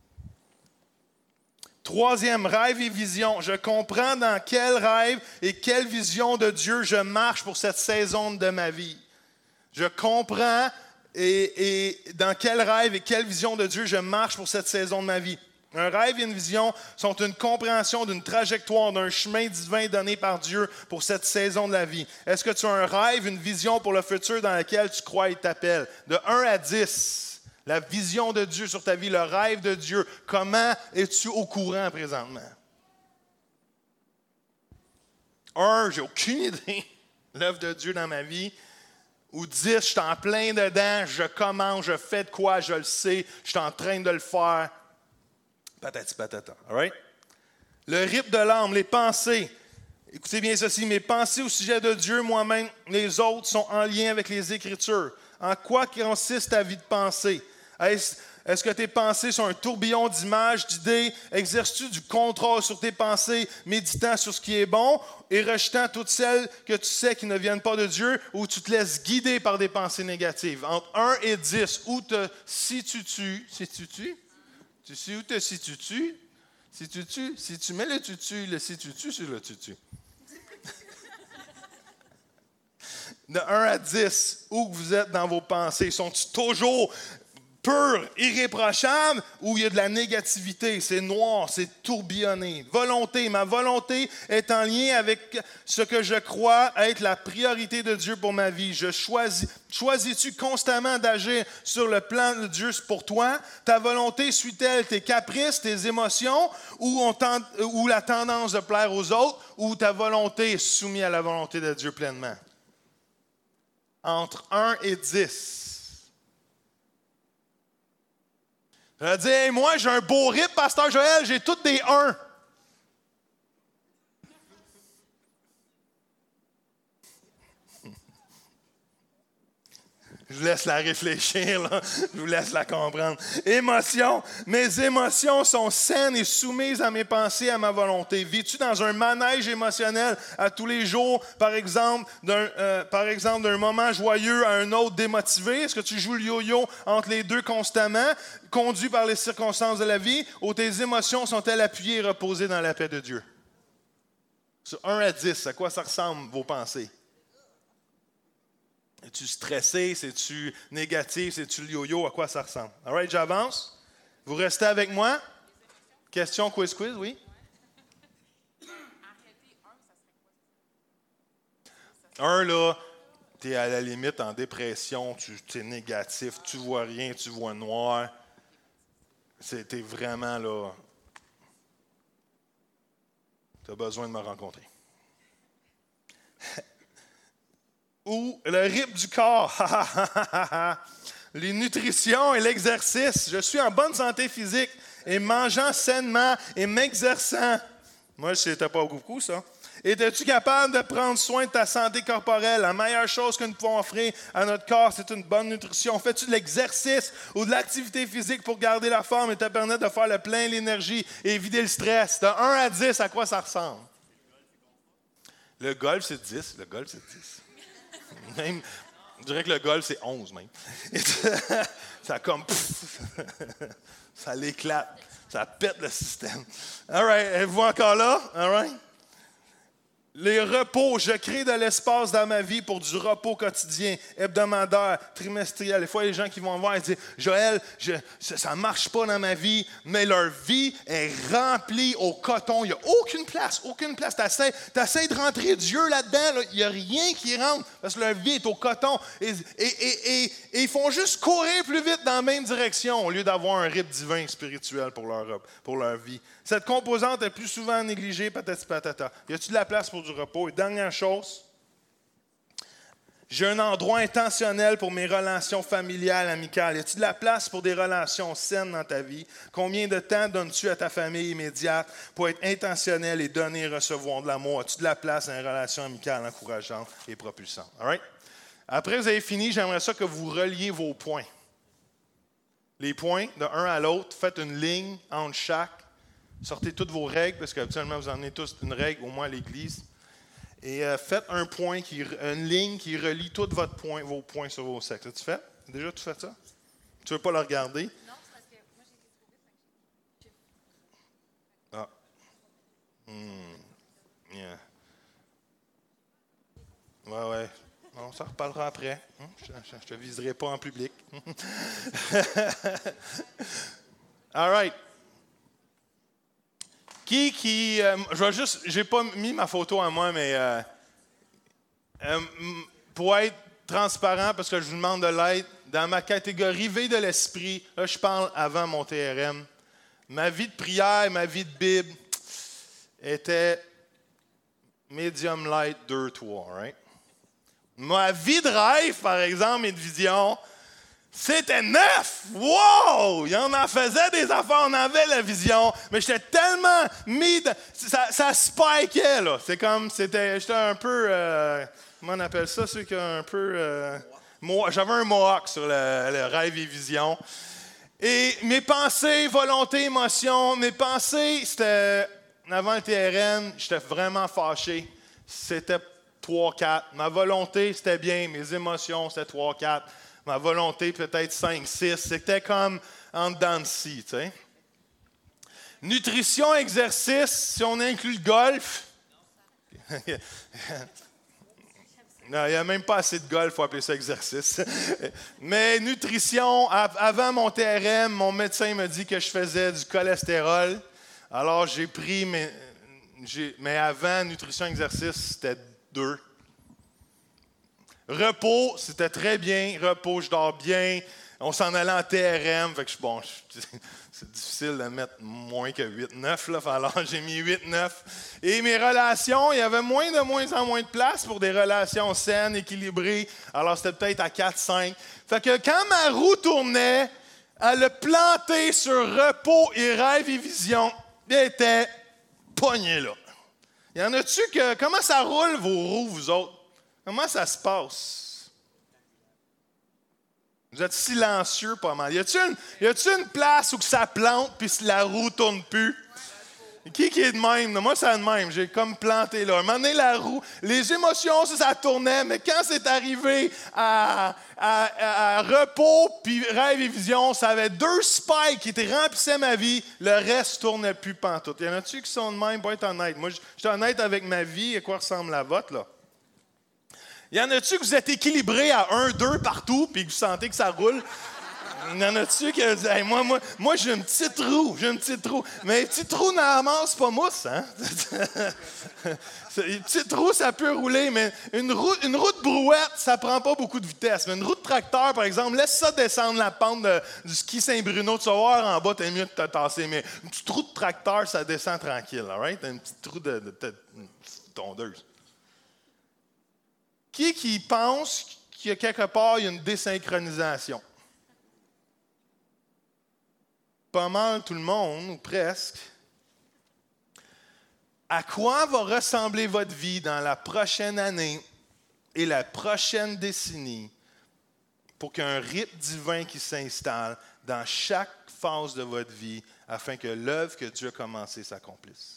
B: Troisième, rêve et vision. Je comprends dans quel rêve et quelle vision de Dieu je marche pour cette saison de ma vie. Je comprends et, et dans quel rêve et quelle vision de Dieu je marche pour cette saison de ma vie. Un rêve et une vision sont une compréhension d'une trajectoire, d'un chemin divin donné par Dieu pour cette saison de la vie. Est-ce que tu as un rêve, une vision pour le futur dans lequel tu crois et t'appelles? De un à dix. La vision de Dieu sur ta vie, le rêve de Dieu. Comment es-tu au courant présentement? Un, j'ai aucune idée de l'œuvre de Dieu dans ma vie. Ou dix, je suis en plein dedans, je commence, je fais de quoi, je le sais, je suis en train de le faire. Patati patata. All right? Le rythme de l'âme, les pensées. Écoutez bien ceci, mes pensées au sujet de Dieu, moi-même, les autres, sont en lien avec les Écritures. En quoi consiste ta vie de pensée? Est-ce, est-ce que tes pensées sont un tourbillon d'images, d'idées? Exerces-tu du contrôle sur tes pensées, méditant sur ce qui est bon et rejetant toutes celles que tu sais qui ne viennent pas de Dieu, ou tu te laisses guider par des pensées négatives? Entre un et dix, où te situes-tu? Situes-tu? Tu sais où te situes-tu? Situes-tu? Si tu mets le tutu, le situes-tu sur le tutu? De un à dix, où vous êtes dans vos pensées? Sont-ils toujours purs, irréprochables, ou il y a de la négativité? C'est noir, c'est tourbillonné. Volonté, ma volonté est en lien avec ce que je crois être la priorité de Dieu pour ma vie. Je choisis, choisis-tu constamment d'agir sur le plan de Dieu pour toi? Ta volonté suit-elle tes caprices, tes émotions, ou, on tend, ou la tendance de plaire aux autres, ou ta volonté est soumise à la volonté de Dieu pleinement? Entre un et dix. Je vais dire, hey, moi, j'ai un beau rythme, Pasteur Joël, j'ai tous des un. Je vous laisse la réfléchir, là. Je vous laisse la comprendre. Émotions. Mes émotions sont saines et soumises à mes pensées, à ma volonté. Vis-tu dans un manège émotionnel à tous les jours, par exemple, d'un, euh, par exemple, d'un moment joyeux à un autre démotivé? Est-ce que tu joues le yo-yo entre les deux constamment, conduit par les circonstances de la vie, ou tes émotions sont-elles appuyées et reposées dans la paix de Dieu? Sur un à dix, à quoi ça ressemble, vos pensées? Es-tu stressé? C'est-tu négatif? C'est-tu le yo-yo? À quoi ça ressemble? All right, j'avance. Vous restez avec moi? Question quiz quiz, oui? Un, là, tu es à la limite en dépression, tu es négatif, tu vois rien, tu vois noir. C'était vraiment, là, tu as besoin de me rencontrer. Ou le rythme du corps, les nutritions et l'exercice. Je suis en bonne santé physique et mangeant sainement et m'exerçant. Moi, je n'étais pas beaucoup, ça. Es-tu capable de prendre soin de ta santé corporelle? La meilleure chose que nous pouvons offrir à notre corps, c'est une bonne nutrition. Fais-tu de l'exercice ou de l'activité physique pour garder la forme et te permettre de faire le plein, l'énergie et éviter le stress? De un à dix, à quoi ça ressemble? Le golf, c'est dix. Le golf, c'est dix. Même, je dirais que le golf, c'est onze même. Ça comme... Pff, ça l'éclate. Ça pète le système. All right. Êtes-vous encore là? All right. Les repos, je crée de l'espace dans ma vie pour du repos quotidien, hebdomadaire, trimestriel. Des fois, les gens qui vont me voir et disent « Joël, je, ça ne marche pas dans ma vie », mais leur vie est remplie au coton. Il n'y a aucune place, aucune place. Tu essaies de rentrer Dieu là-dedans, là, il n'y a rien qui rentre parce que leur vie est au coton. Et, et, et, et, et ils font juste courir plus vite dans la même direction au lieu d'avoir un rythme divin spirituel pour leur, pour leur vie. Cette composante est plus souvent négligée, patati patata. Y a-t-il de la place pour du repos? Et dernière chose, j'ai un endroit intentionnel pour mes relations familiales, amicales. Y a-t-il de la place pour des relations saines dans ta vie? Combien de temps donnes-tu à ta famille immédiate pour être intentionnel et donner et recevoir de l'amour? As-tu de la place dans une relation amicale encourageante et propulsante? All right? Après, vous avez fini, j'aimerais ça que vous reliez vos points. Les points, de un à l'autre, faites une ligne entre chaque. Sortez toutes vos règles, parce qu'habituellement, vous en avez tous une règle, au moins à l'Église. Et euh, faites un point, qui, une ligne qui relie tous votre point, vos points sur vos sexes. As-tu fait? Déjà, tu fais ça? Tu ne veux pas le regarder? Non, c'est parce que moi, j'ai été trop vite. Ah. Hmm. Yeah. Ouais, ouais. On s'en reparlera après. Je ne te viserai pas en public. All right. Qui, qui, euh, je vais juste, j'ai pas mis ma photo à moi, mais euh, euh, pour être transparent, parce que je vous demande de l'aide, dans ma catégorie V de l'esprit, là je parle avant mon T R M, ma vie de prière, ma vie de Bible était medium light deux trois, right? Ma vie de rêve, par exemple, et de vision, c'était neuf! Wow! Il en en faisait des affaires, on avait la vision, mais j'étais tellement mis... De, ça, ça spikait, là. C'est comme, c'était... J'étais un peu... Euh, comment on appelle ça? Ceux qui ont un peu... Euh, mo, j'avais un mohawk sur le, le rêve et vision. Et mes pensées, volonté, émotion, mes pensées, c'était... Avant le T R M, j'étais vraiment fâché. C'était trois quatre. Ma volonté, c'était bien. Mes émotions, c'était trois quatre. Ma volonté, peut-être cinq six. C'était comme en dedans de scie, tu sais. Nutrition, exercice, si on inclut le golf. Non, il n'y a même pas assez de golf pour appeler ça exercice. Mais nutrition, avant mon T R M, mon médecin m'a dit que je faisais du cholestérol. Alors, j'ai pris, mais, j'ai, mais avant, nutrition, exercice, c'était deux. Repos, c'était très bien. Repos, je dors bien. On s'en allait en T R M. Fait que je, bon, je, c'est difficile de mettre moins que huit neuf. Là, alors, j'ai mis huit neuf. Et mes relations, il y avait moins de moins en moins de place pour des relations saines, équilibrées. Alors, c'était peut-être à quatre cinq. Fait que quand ma roue tournait, elle a planté sur repos et rêve et vision. Elle était pognée là. Y en a-tu que... Comment ça roule vos roues, vous autres? Comment ça se passe? Vous êtes silencieux pas mal. Y a-t-il une, y a-t-il une place où que ça plante puis la roue tourne plus? Qui qui est de même? Moi, c'est de même. J'ai comme planté là. Un moment donné, la roue, les émotions, ça, ça tournait, mais quand c'est arrivé à, à, à, à repos puis rêve et vision, ça avait deux spikes qui étaient remplissaient ma vie. Le reste ne tournait plus pantoute. Y en a-tu qui sont de même pour être honnête? Moi, je suis honnête avec ma vie. À quoi ressemble la vôtre, là? Y en a-tu que vous êtes équilibré à un deux partout puis que vous sentez que ça roule? Y en a-tu que vous hey, moi, moi, moi j'ai un petit trou, j'ai un petit trou. Mais un petit trou dans la masse, c'est pas mousse, hein? Un petit trou, ça peut rouler, mais une roue, une roue de brouette, ça prend pas beaucoup de vitesse. Mais une roue de tracteur, par exemple, laisse ça descendre la pente de, du ski Saint-Bruno. Tu vas voir, en bas, t'es mieux de te tasser. Mais un petit trou de tracteur, ça descend tranquille, all right? Un petit trou de, de, de, de tondeuse. Qui qui pense qu'il y a quelque part il y a une désynchronisation? Pas mal tout le monde, ou presque. À quoi va ressembler votre vie dans la prochaine année et la prochaine décennie pour qu'il y ait un rythme divin qui s'installe dans chaque phase de votre vie afin que l'œuvre que Dieu a commencée s'accomplisse?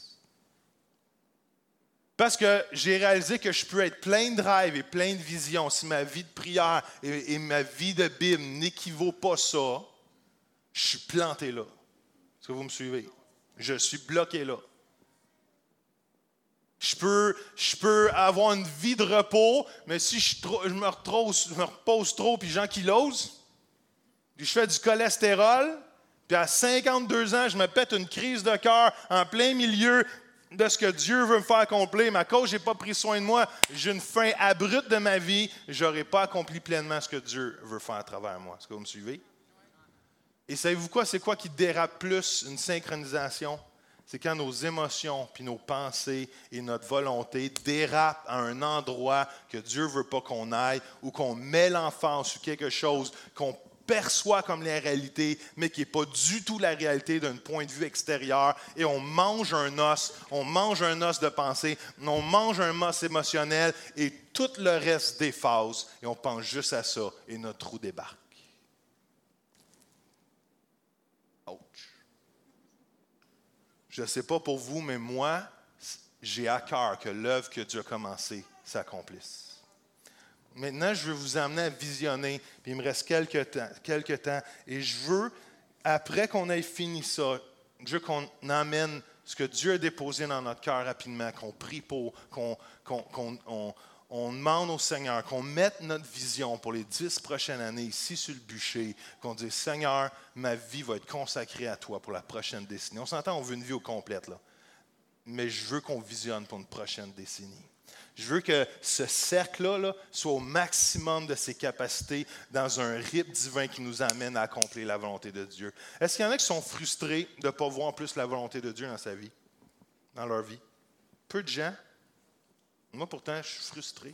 B: Parce que j'ai réalisé que je peux être plein de rêves et plein de visions. Si ma vie de prière et, et ma vie de Bible n'équivaut pas ça, je suis planté là. Est-ce que vous me suivez? Je suis bloqué là. Je peux, je peux avoir une vie de repos, mais si je, trop, je, me, repose, je me repose trop puis j'ankylose, puis je fais du cholestérol, puis à cinquante-deux ans, je me pète une crise de cœur en plein milieu de ce que Dieu veut me faire accomplir, mais à cause que je n'ai pas pris soin de moi, j'ai une fin abrupte de ma vie, je n'aurai pas accompli pleinement ce que Dieu veut faire à travers moi. Est-ce que vous me suivez? Et savez-vous quoi? C'est quoi qui dérape plus une synchronisation? C'est quand nos émotions, puis nos pensées et notre volonté dérapent à un endroit que Dieu ne veut pas qu'on aille ou qu'on met l'emphase sur quelque chose qu'on perçoit comme la réalité, mais qui n'est pas du tout la réalité d'un point de vue extérieur. Et on mange un os, on mange un os de pensée, on mange un os émotionnel et tout le reste déphase. Et on pense juste à ça et notre trou débarque. Je ne sais pas pour vous, mais moi, j'ai à cœur que l'œuvre que Dieu a commencée s'accomplisse. Maintenant, je veux vous amener à visionner, puis il me reste quelques temps, quelques temps, et je veux, après qu'on ait fini ça, je veux qu'on emmène ce que Dieu a déposé dans notre cœur rapidement, qu'on prie pour, qu'on, qu'on, qu'on on, on demande au Seigneur qu'on mette notre vision pour les dix prochaines années ici sur le bûcher, qu'on dise, Seigneur, ma vie va être consacrée à toi pour la prochaine décennie. On s'entend, on veut une vie au complète, là. Mais je veux qu'on visionne pour une prochaine décennie. Je veux que ce cercle-là là, soit au maximum de ses capacités dans un rythme divin qui nous amène à accomplir la volonté de Dieu. Est-ce qu'il y en a qui sont frustrés de ne pas voir plus la volonté de Dieu dans sa vie, dans leur vie? Peu de gens. Moi, pourtant, je suis frustré.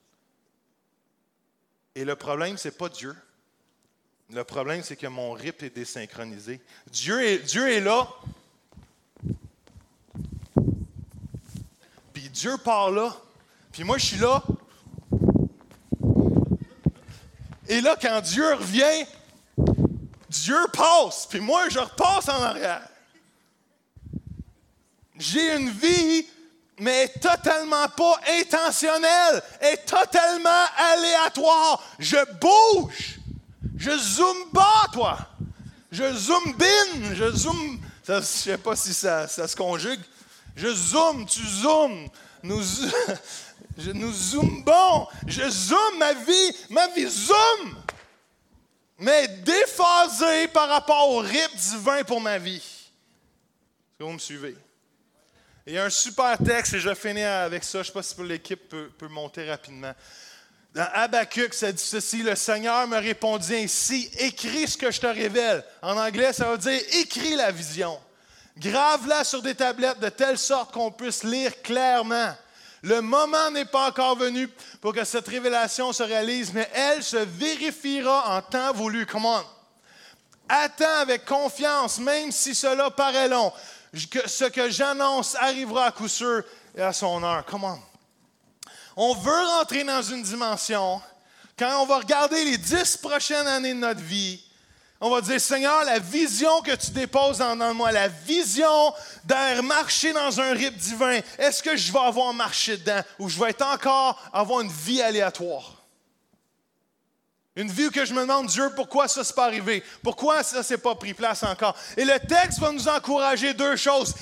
B: Et le problème, ce n'est pas Dieu. Le problème, c'est que mon rythme est désynchronisé. Dieu est, Dieu est là. Puis Dieu part là. Puis moi, je suis là. Et là, quand Dieu revient, Dieu passe. Puis moi, je repasse en arrière. J'ai une vie, mais totalement pas intentionnelle. Est totalement aléatoire. Je bouge. Je zoome bas, toi. Je zoome bin. Je zoome. Ça, je ne sais pas si ça, ça se conjugue. Je zoome, tu zoomes. Nous, je, nous zoomons. Je zoome ma vie. Ma vie zoome. Mais déphasée par rapport au rythme divin pour ma vie. Est-ce que vous me suivez? Il y a un super texte, et je vais finir avec ça. Je ne sais pas si l'équipe peut, peut monter rapidement. Dans Habakkuk, ça dit ceci, « Le Seigneur me répondit ainsi, écris ce que je te révèle. » En anglais, ça veut dire « écris la vision. Grave-la sur des tablettes de telle sorte qu'on puisse lire clairement. Le moment n'est pas encore venu pour que cette révélation se réalise, mais elle se vérifiera en temps voulu. » Come on. Attends avec confiance, même si cela paraît long. Que ce que j'annonce arrivera à coup sûr et à son heure. Come on. On veut rentrer dans une dimension, quand on va regarder les dix prochaines années de notre vie, on va dire, Seigneur, la vision que tu déposes en moi, la vision de marcher dans un rythme divin, est-ce que je vais avoir marché dedans ou je vais être encore avoir une vie aléatoire? Une vie où que je me demande, Dieu, pourquoi ça ne s'est pas arrivé? Pourquoi ça ne s'est pas pris place encore? Et le texte va nous encourager deux choses.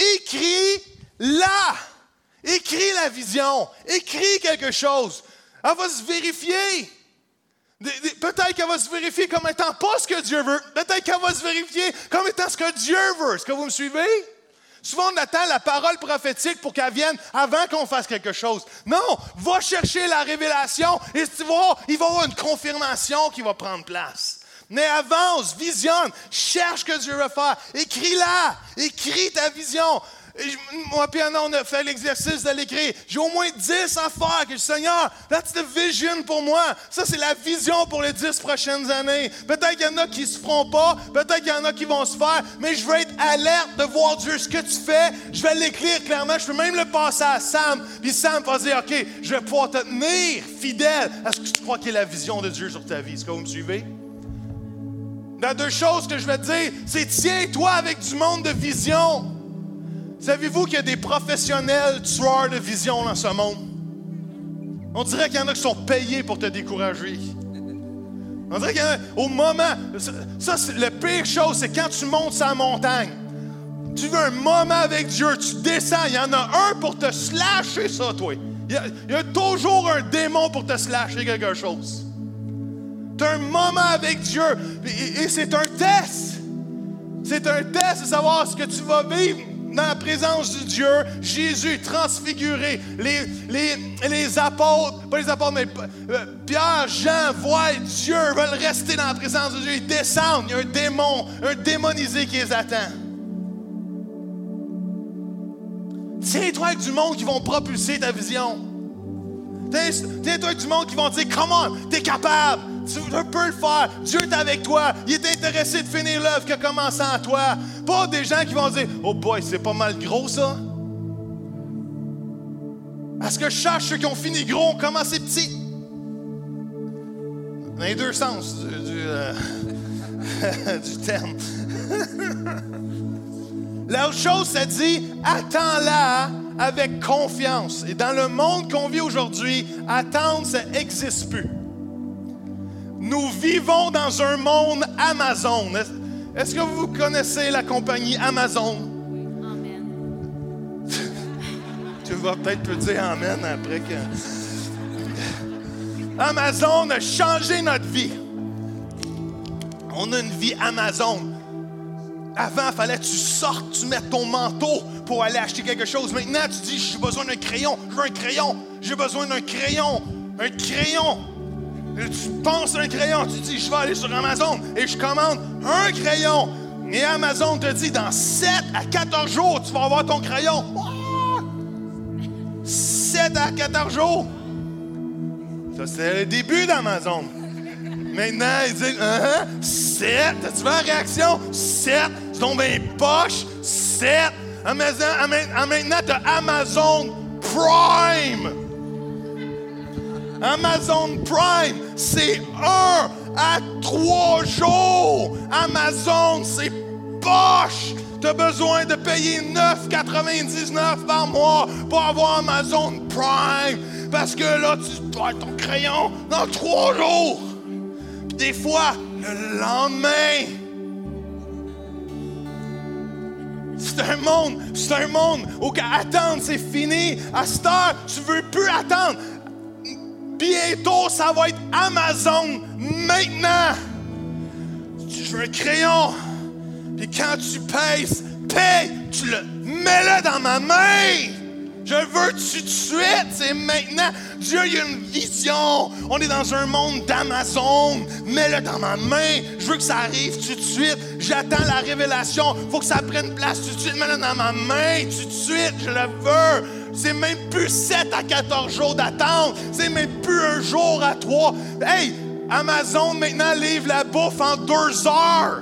B: Écris-la. Écris la vision. Écris quelque chose. Elle va se vérifier. Peut-être qu'elle va se vérifier comme étant pas ce que Dieu veut. Peut-être qu'elle va se vérifier comme étant ce que Dieu veut. Est-ce que vous me suivez? Souvent, on attend la parole prophétique pour qu'elle vienne avant qu'on fasse quelque chose. Non, va chercher la révélation et tu vas voir, il va y avoir une confirmation qui va prendre place. Mais avance, visionne, cherche ce que Dieu veut faire. Écris-la, écris ta vision. Et je, moi et Anna, on a fait l'exercice de l'écrire. J'ai au moins dix affaires que je dis, Seigneur, that's the vision pour moi. Ça, c'est la vision pour les dix prochaines années. Peut-être qu'il y en a qui ne se feront pas, peut-être qu'il y en a qui vont se faire, mais je veux être alerte de voir Dieu. Ce que tu fais, je vais l'écrire clairement. Je peux même le passer à Sam. Puis Sam va dire, OK, je vais pouvoir te tenir fidèle à ce que tu crois qu'il est la vision de Dieu sur ta vie. Est-ce que vous me suivez? La deux choses que je vais te dire, c'est tiens-toi avec du monde de vision. Savez-vous qu'il y a des professionnels tueurs de vision dans ce monde? On dirait qu'il y en a qui sont payés pour te décourager. On dirait qu'il y en a, au moment, ça, ça c'est, la pire chose, c'est quand tu montes sa montagne. Tu tu veux un moment avec Dieu, tu descends. Il y en a un pour te slasher ça, toi. Il y a, il y a toujours un démon pour te slasher quelque chose. Tu as un moment avec Dieu. Et, et c'est un test. C'est un test de savoir ce que tu vas vivre dans la présence de Dieu. Jésus transfiguré. Les, les, les apôtres, pas les apôtres, mais euh, Pierre, Jean voient Dieu, veulent rester dans la présence de Dieu. Ils descendent. Il y a un démon, un démonisé qui les attend. Tiens-toi avec du monde qui vont propulser ta vision. Tiens-toi avec du monde qui vont te dire, come on, t'es capable. Tu peux le faire. Dieu est avec toi. Il est intéressé de finir l'œuvre qui a commencé en toi. Pas des gens qui vont dire, oh boy, c'est pas mal gros ça. Parce que je cherche ceux qui ont fini gros ont commencé petit. Dans les deux sens du, du, euh, du terme. L'autre chose, ça dit, attends-la avec confiance. Et dans le monde qu'on vit aujourd'hui, attendre, ça n'existe plus. Nous vivons dans un monde Amazon. Est-ce que vous connaissez la compagnie Amazon?
C: Amen.
B: Tu vas peut-être te dire Amen après que... Amazon a changé notre vie. On a une vie Amazon. Avant, il fallait que tu sortes, tu mettes ton manteau pour aller acheter quelque chose. Maintenant, tu dis, j'ai besoin d'un crayon. Je veux un crayon. J'ai besoin d'un crayon. Un crayon. Et tu penses à un crayon. Tu dis, je vais aller sur Amazon et je commande un crayon. Et Amazon te dit, dans sept à quatorze jours, tu vas avoir ton crayon. sept à quatorze jours. Ça, c'est le début d'Amazon. Maintenant, ils disent, uh-huh, sept. Tu veux la réaction? sept. Tu tombes bien poche. sept. Amazon, maintenant, tu as Amazon Prime. Amazon Prime, c'est un à trois jours. Amazon, c'est poche. Tu as besoin de payer neuf virgule quatre-vingt-dix-neuf par mois pour avoir Amazon Prime. Parce que là, tu dois ton crayon dans trois jours. Puis des fois, le lendemain. C'est un monde, c'est un monde où attendre, c'est fini. À cette heure, tu ne veux plus attendre. Bientôt, ça va être Amazon maintenant. Tu veux un crayon. Puis quand tu payes, paye, tu le mets-le dans ma main. Je le veux tout de suite, c'est maintenant. Dieu, il y a une vision. On est dans un monde d'Amazon. Mets-le dans ma main. Je veux que ça arrive tout de suite. J'attends la révélation. Il faut que ça prenne place tout de suite. Mets-le dans ma main tout de suite. Je le veux. C'est même plus sept à quatorze jours d'attente. C'est même plus un jour à trois. Hey, Amazon maintenant livre la bouffe en deux heures.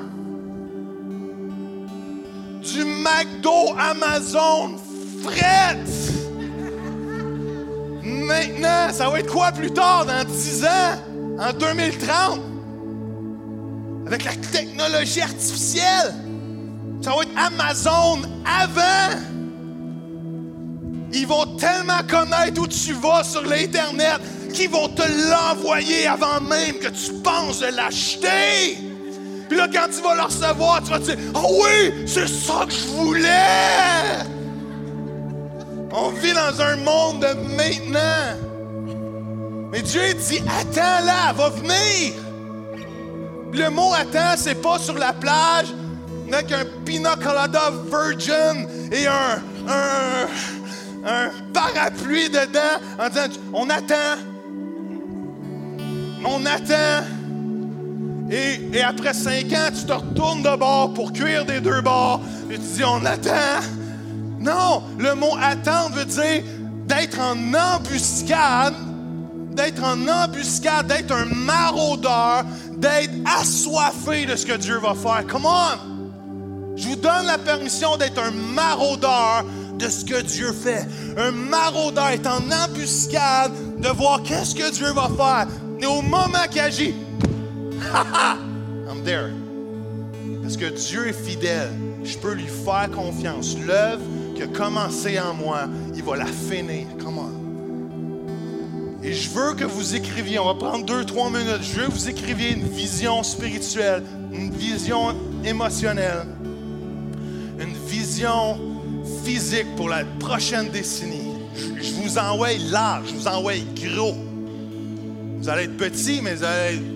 B: Du McDo Amazon fret. Maintenant, ça va être quoi plus tard, dans dix ans, en deux mille trente? Avec la technologie artificielle, ça va être Amazon avant. Ils vont tellement connaître où tu vas sur l'Internet qu'ils vont te l'envoyer avant même que tu penses de l'acheter. Puis là, quand tu vas le recevoir, tu vas te dire « Ah oh oui, c'est ça que je voulais! » On vit dans un monde de maintenant. Mais Dieu dit « Attends-la, elle va venir! » Le mot « attends », c'est pas sur la plage avec un pina colada virgin et un, un, un parapluie dedans en disant « On attend! On attend! » Et, et après cinq ans, tu te retournes de bord pour cuire des deux bords et tu dis « On attend! » Non, le mot « attendre » veut dire d'être en embuscade, d'être en embuscade, d'être un maraudeur, d'être assoiffé de ce que Dieu va faire. Come on! Je vous donne la permission d'être un maraudeur de ce que Dieu fait. Un maraudeur est en embuscade de voir qu'est-ce que Dieu va faire. Et au moment qu'il agit, ha ha, I'm there. Parce que Dieu est fidèle. Je peux lui faire confiance. L'œuvre qui a commencé en moi, il va la finir. Come on. Et je veux que vous écriviez, on va prendre deux, trois minutes, je veux que vous écriviez une vision spirituelle, une vision émotionnelle, une vision vision physique pour la prochaine décennie. Je, je vous envoie large, je vous envoie gros. Vous allez être petit, mais vous allez être...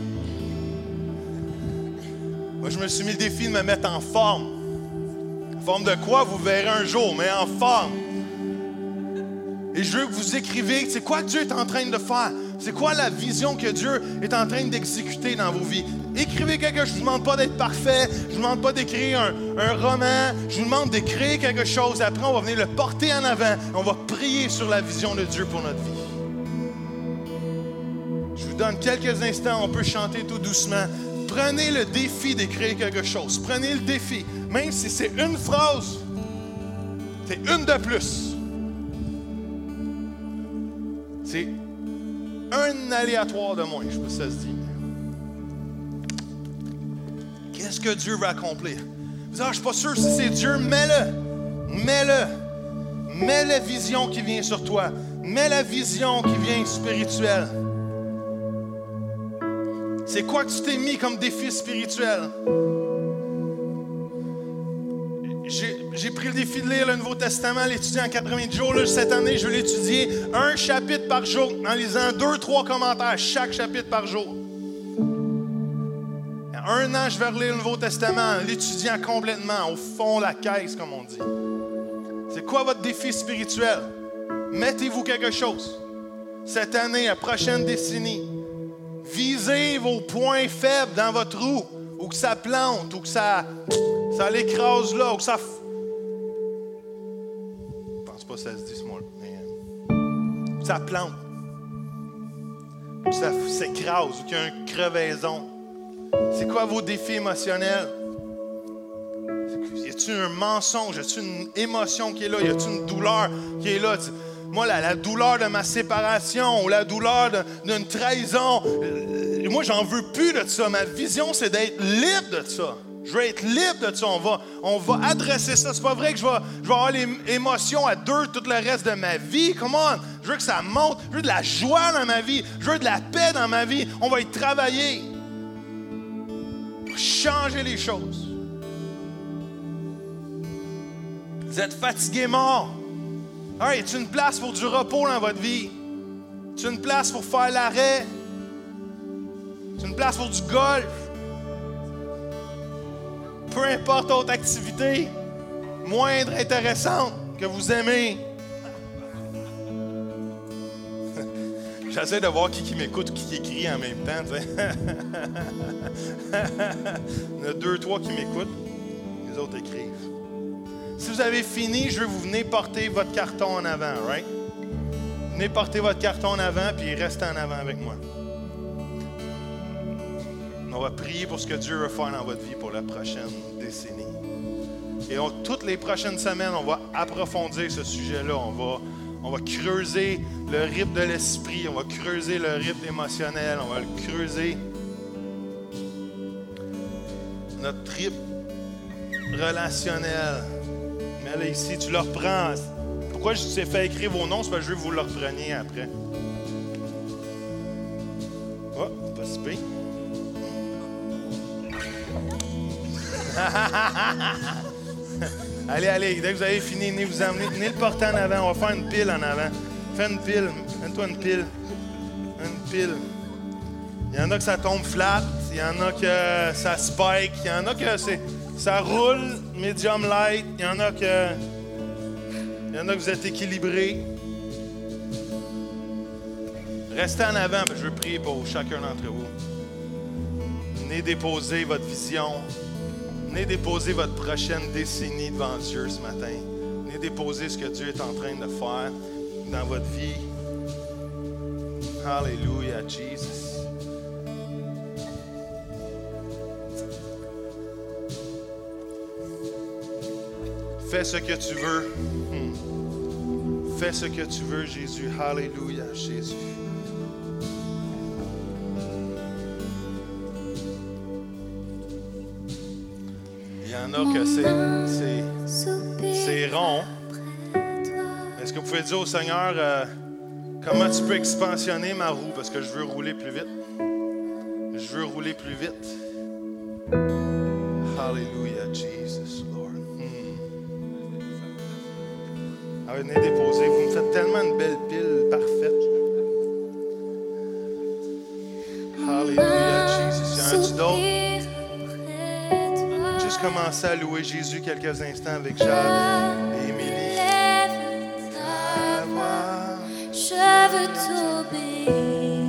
B: Moi, je me suis mis le défi de me mettre en forme. En forme de quoi, vous verrez un jour, mais en forme. Et je veux que vous écriviez, c'est quoi que Dieu est en train de faire? C'est quoi la vision que Dieu est en train d'exécuter dans vos vies? Écrivez quelque chose. Je ne vous demande pas d'être parfait. Je ne vous demande pas d'écrire un, un roman. Je vous demande d'écrire quelque chose. Après, on va venir le porter en avant. On va prier sur la vision de Dieu pour notre vie. Je vous donne quelques instants. On peut chanter tout doucement. Prenez le défi d'écrire quelque chose. Prenez le défi. Même si c'est une phrase, c'est une de plus. C'est un aléatoire de moins, je sais pas si ça se dit. Qu'est-ce que Dieu veut accomplir? Vous dites, ah, je ne suis pas sûr si c'est Dieu, mets-le. Mets-le. Mets la vision qui vient sur toi. Mets la vision qui vient spirituelle. C'est quoi que tu t'es mis comme défi spirituel? J'ai, j'ai pris le défi de lire le Nouveau Testament, l'étudier en quatre-vingt-dix jours. Là, cette année, je vais l'étudier un chapitre par jour, en lisant deux, trois commentaires chaque chapitre par jour. Un an, je vais relire le Nouveau Testament, l'étudiant complètement, au fond de la caisse, comme on dit. C'est quoi votre défi spirituel? Mettez-vous quelque chose. Cette année, la prochaine décennie, visez vos points faibles dans votre roue, ou que ça plante, ou que ça, ça l'écrase là, ou que ça... Je pense pas que ça se dit ce mot-là, mais... que ça plante, ou que ça s'écrase, ou qu'il y a une crevaison. C'est quoi vos défis émotionnels? Y a-t-il un mensonge? Y a-t-il une émotion qui est là? Y a-t-il une douleur qui est là? Moi, la, la douleur de ma séparation ou la douleur de, d'une trahison, euh, moi, j'en veux plus de ça. Ma vision, c'est d'être libre de ça. Je veux être libre de ça. On va, on va adresser ça. C'est pas vrai que je vais, je vais avoir les émotions à deux tout le reste de ma vie. Come on! Je veux que ça monte. Je veux de la joie dans ma vie. Je veux de la paix dans ma vie. On va y travailler. Changer les choses. Vous êtes fatigué mort. Hey, y a-t-il une place pour du repos dans votre vie? Y a-t-il une place pour faire l'arrêt? Y a-t-il une place pour du golf? Peu importe autre activité, moindre intéressante que vous aimez. J'essaie de voir qui, qui m'écoute ou qui, qui écrit en même temps. Tu sais. Il y en a deux, trois qui m'écoutent. Les autres écrivent. Si vous avez fini, je veux que vous venez porter votre carton en avant, right? Venez porter votre carton en avant, puis restez en avant avec moi. On va prier pour ce que Dieu veut faire dans votre vie pour la prochaine décennie. Et on, toutes les prochaines semaines, on va approfondir ce sujet-là. On va... On va creuser le rythme de l'esprit, on va creuser le rythme émotionnel, on va le creuser notre rythme relationnel. Mais là, ici, tu le reprends. Pourquoi je t'ai fait écrire vos noms? C'est parce que je veux que vous le repreniez après. Oh, pas si pire. Allez, allez, dès que vous avez fini, venez vous emmener, venez le porter en avant. On va faire une pile en avant. Fais une pile. Fais-toi une pile. Une pile. Il y en a que ça tombe flat. Il y en a que ça spike. Il y en a que c'est, ça roule, medium light. Il y en a que... Il y en a que vous êtes équilibrés. Restez en avant, mais je veux prier pour chacun d'entre vous. Venez déposer votre vision. Venez déposer votre prochaine décennie devant Dieu ce matin. Venez déposer ce que Dieu est en train de faire dans votre vie. Alléluia, Jesus. Fais ce que tu veux. Hmm. Fais ce que tu veux, Jésus. Alléluia, Jésus. Il y en a que c'est, c'est, c'est rond. Est-ce que vous pouvez dire au Seigneur euh, comment tu peux expansionner ma roue parce que je veux rouler plus vite? Je veux rouler plus vite. Hallelujah, Jesus, Lord. Hmm. Ah, venez déposer. Vous me faites tellement une belle pile parfaite. Alléluia, Jésus. Il y en a-tu d'autres? Juste commencer à louer Jésus quelques instants avec Jade et Émilie. Ta voix.
C: Je veux t'obéir.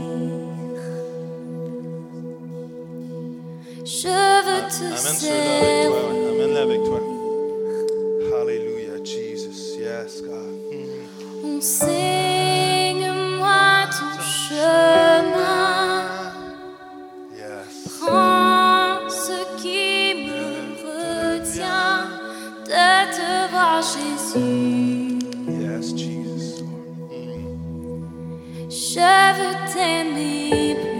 C: Je veux te
B: Amène ceux-là avec
C: servir.
B: toi. Ouais. Amène-la avec toi. Alléluia, Jesus. Yes, God. Mm.
C: Enseigne-moi ton chemin.
B: Yes.
C: Prends ce qui me retient de te voir, Jésus.
B: Yes, Jesus. Mm.
C: Je veux t'aimer plus.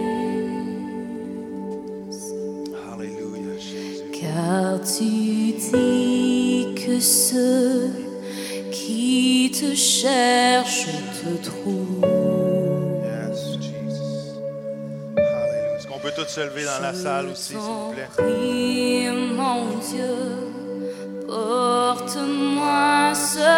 B: Alléluia, Jésus.
C: Car tu dis que ceux qui te cherchent te trouvent.
B: Yes, Jesus. Alléluia. Est-ce qu'on peut tous se lever dans la salle aussi, s'il vous plaît?
C: Prie, mon Dieu, porte-moi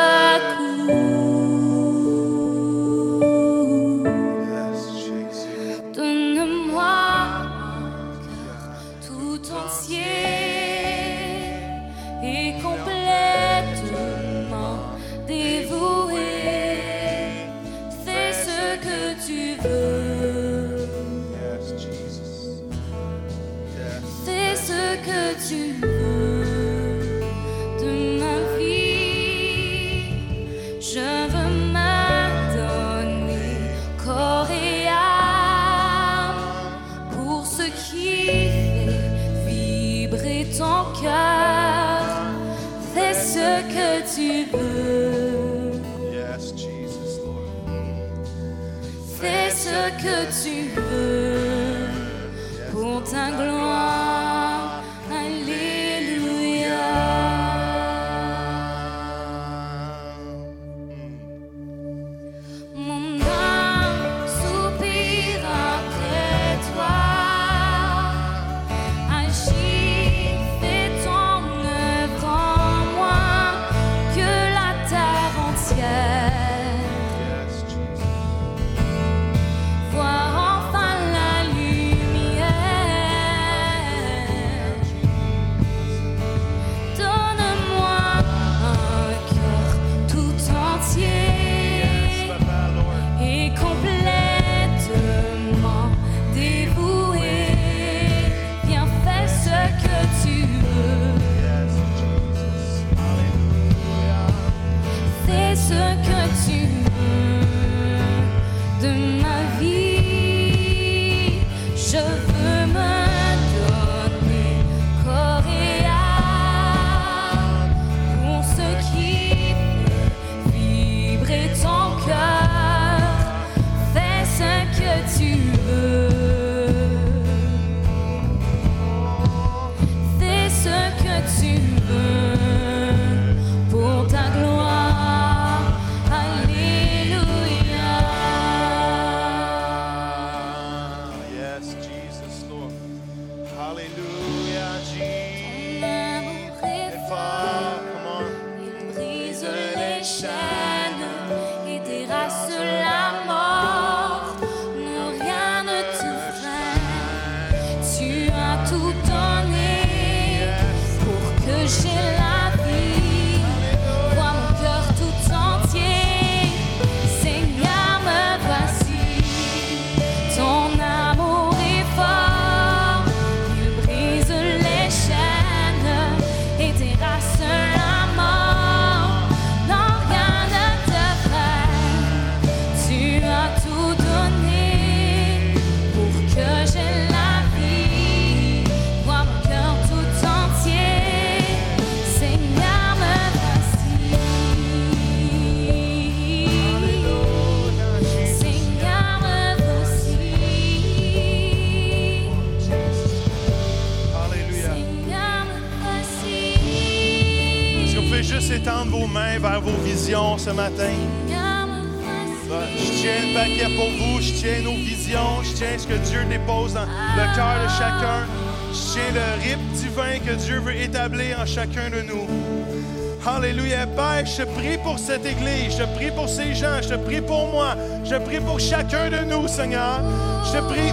C: secours.
B: Yes, Jésus.
C: Donne-moi un cœur tout entier et complètement dévoué. Fais ce que tu veux.
B: Yes, Jesus. Yes.
C: Fais ce que tu veux de ma vie. Je veux me donner corps et âme pour ce qui fait vibrer ton cœur. Fais ce que tu veux.
B: Yes, Jesus, Lord.
C: Fais ce que tu veux pour ta gloire. Alléluia. Mon âme soupire après toi. Agis, fais ton œuvre en moi, que la terre entière
B: Yes, Jesus.
C: voit enfin la lumière. Donne-moi un cœur tout entier
B: Yes, Papa, Lord.
C: et complètement dévoué. Viens, fais ce que tu veux.
B: Yes, Jesus. Hallelujah.
C: Fais ce que tu veux de ma vie. Je veux me donner corps et âme pour ce qui fait vibrer ton cœur. Fais ce que tu veux. Fais ce que tu veux pour ta gloire. Alléluia.
B: Yes, Jesus, Lord. Hallelujah, Jesus.
C: L'amour est
B: Et fort, come on.
C: Il brise les chaînes et terrasse la mort. Ne rien ne te freine. Tu as tout donné pour que j'ai la vie. Vois mon cœur tout entier. Seigneur, me voici. Ton amour est fort. Il brise les chaînes et terrasse la mort. Non, rien ne te freine. Tu as tout donné pour que j'ai la vie. Vois mon cœur tout entier. Seigneur, me voici. Seigneur, me voici.
B: Hallelujah.
C: Seigneur, me voici.
B: Est-ce que vous pouvez juste étendre vos mains vers vos visions ce matin?
C: Seigneur, me voici.
B: Je tiens le paquet pour vous, je tiens nos visions, je tiens ce que Dieu dépose dans le cœur de chacun. Je tiens le rythme divin que Dieu veut établir en chacun de nous. Alléluia. Père, je te prie pour cette Église. Je te prie pour ces gens. Je te prie pour moi. Je te prie pour chacun de nous, Seigneur. Je te prie.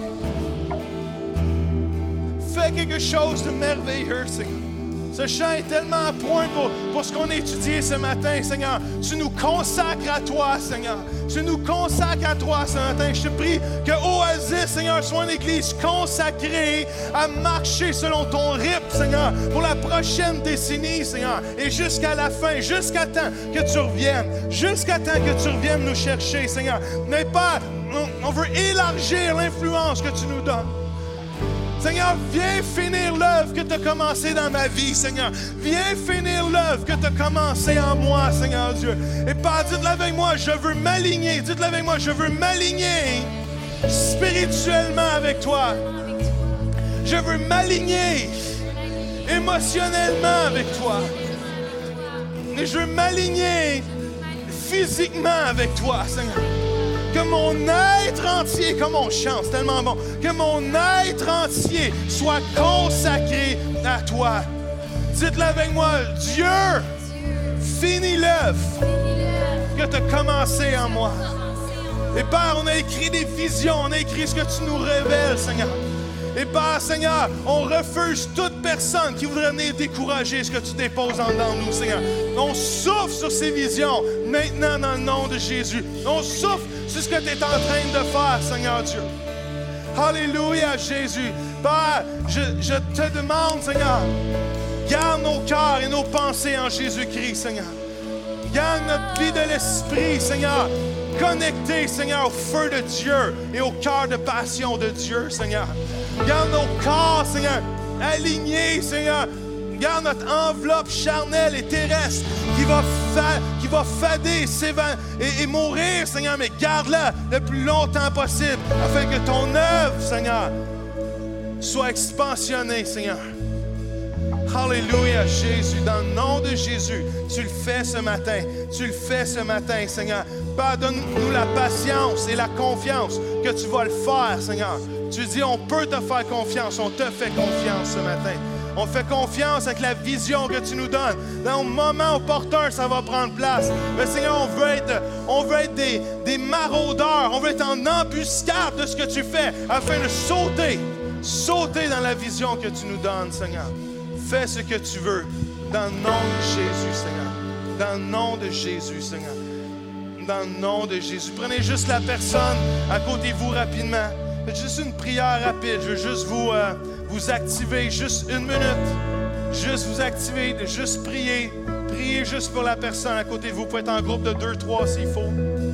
B: Fais quelque chose de merveilleux, Seigneur. Ce chant est tellement à point pour, pour ce qu'on a étudié ce matin, Seigneur. Tu nous consacres à toi, Seigneur. Tu nous consacres à toi ce matin. Je te prie que Oasis, Seigneur, soit une église consacrée à marcher selon ton rythme, Seigneur, pour la prochaine décennie, Seigneur. Et jusqu'à la fin, jusqu'à temps que tu reviennes, jusqu'à temps que tu reviennes nous chercher, Seigneur. Mais pas, on, on veut élargir l'influence que tu nous donnes. Seigneur, viens finir l'œuvre que tu as commencée dans ma vie, Seigneur. Viens finir l'œuvre que tu as commencée en moi, Seigneur Dieu. Et Père, dites-le avec moi, je veux m'aligner. Dites-le avec moi, je veux m'aligner spirituellement avec toi. Je veux m'aligner émotionnellement avec toi. Et je veux m'aligner physiquement avec toi, Seigneur. Que mon être entier, comme on chante, c'est tellement bon, que mon être entier soit consacré à toi. Dites-le avec moi, Dieu, finis l'œuvre que tu as commencé en moi. Et Père, on a écrit des visions, on a écrit ce que tu nous révèles, Seigneur. Et Père, Seigneur, on refuse toute personne qui voudrait venir décourager ce que tu déposes en dedans de nous, Seigneur. On souffle sur ces visions maintenant dans le nom de Jésus. On souffle sur ce que tu es en train de faire, Seigneur Dieu. Alléluia, Jésus. Père, je, je te demande, Seigneur, garde nos cœurs et nos pensées en Jésus-Christ, Seigneur. Garde notre vie de l'esprit, Seigneur. Connectés, Seigneur, au feu de Dieu et au cœur de passion de Dieu, Seigneur. Garde nos corps, Seigneur, alignés, Seigneur. Garde notre enveloppe charnelle et terrestre qui va, fa- qui va fader s'évan- et, et mourir, Seigneur, mais garde-la le plus longtemps possible afin que ton œuvre, Seigneur, soit expansionnée, Seigneur. Alléluia, Jésus, dans le nom de Jésus, tu le fais ce matin, tu le fais ce matin, Seigneur. Père, donne-nous la patience et la confiance que tu vas le faire, Seigneur. Tu dis, on peut te faire confiance, on te fait confiance ce matin. On fait confiance avec la vision que tu nous donnes. Dans le moment opportun, ça va prendre place. Mais Seigneur, on veut être, on veut être des, des maraudeurs, on veut être en embuscade de ce que tu fais afin de sauter, sauter dans la vision que tu nous donnes, Seigneur. Fais ce que tu veux dans le nom de Jésus, Seigneur. Dans le nom de Jésus, Seigneur. Dans le nom de Jésus. Prenez juste la personne à côté de vous rapidement. Faites juste une prière rapide. Je veux juste vous, euh, vous activer, juste une minute. Juste vous activer, de juste prier. Priez juste pour la personne à côté de vous. Vous pouvez être en groupe de deux, trois s'il faut.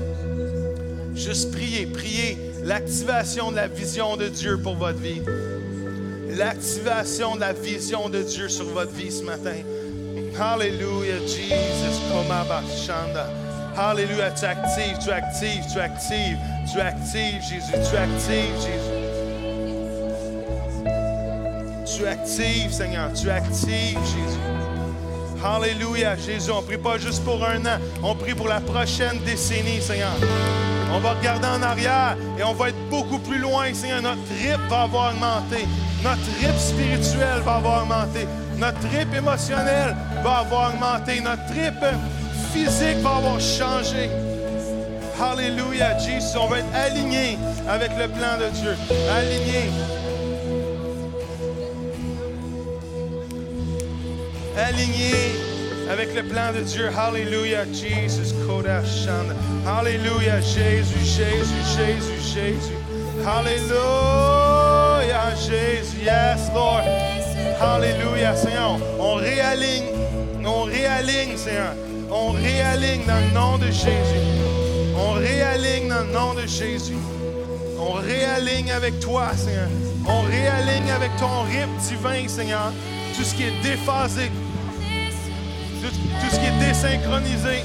B: Juste priez, priez l'activation de la vision de Dieu pour votre vie. L'activation de la vision de Dieu sur votre vie ce matin. Alléluia, Jesus. Alléluia, tu actives, tu actives, tu actives, tu actives, Jésus, tu actives, Jésus. Tu actives, Seigneur, tu actives, Jésus. Alléluia, Jésus, on ne prie pas juste pour un an, on prie pour la prochaine décennie, Seigneur. On va regarder en arrière et on va être beaucoup plus loin, Seigneur. Notre rythme va avoir augmenté. Notre rythme spirituel va avoir augmenté. Notre rythme émotionnel va avoir augmenté. Notre rythme physique va avoir changé. Alléluia, Jésus. On va être aligné avec le plan de Dieu. Aligné. Aligné avec le plan de Dieu. Alléluia, Jesus. Alléluia, Jésus, Jésus, Jésus, Jésus. Alléluia, Jésus. Yes, Lord. Alléluia, Seigneur. On réaligne. On réaligne, Seigneur. On réaligne dans le nom de Jésus. On réaligne dans le nom de Jésus. On réaligne avec toi, Seigneur. On réaligne avec ton rythme divin, Seigneur. Tout ce qui est déphasé. Tout, tout ce qui est désynchronisé.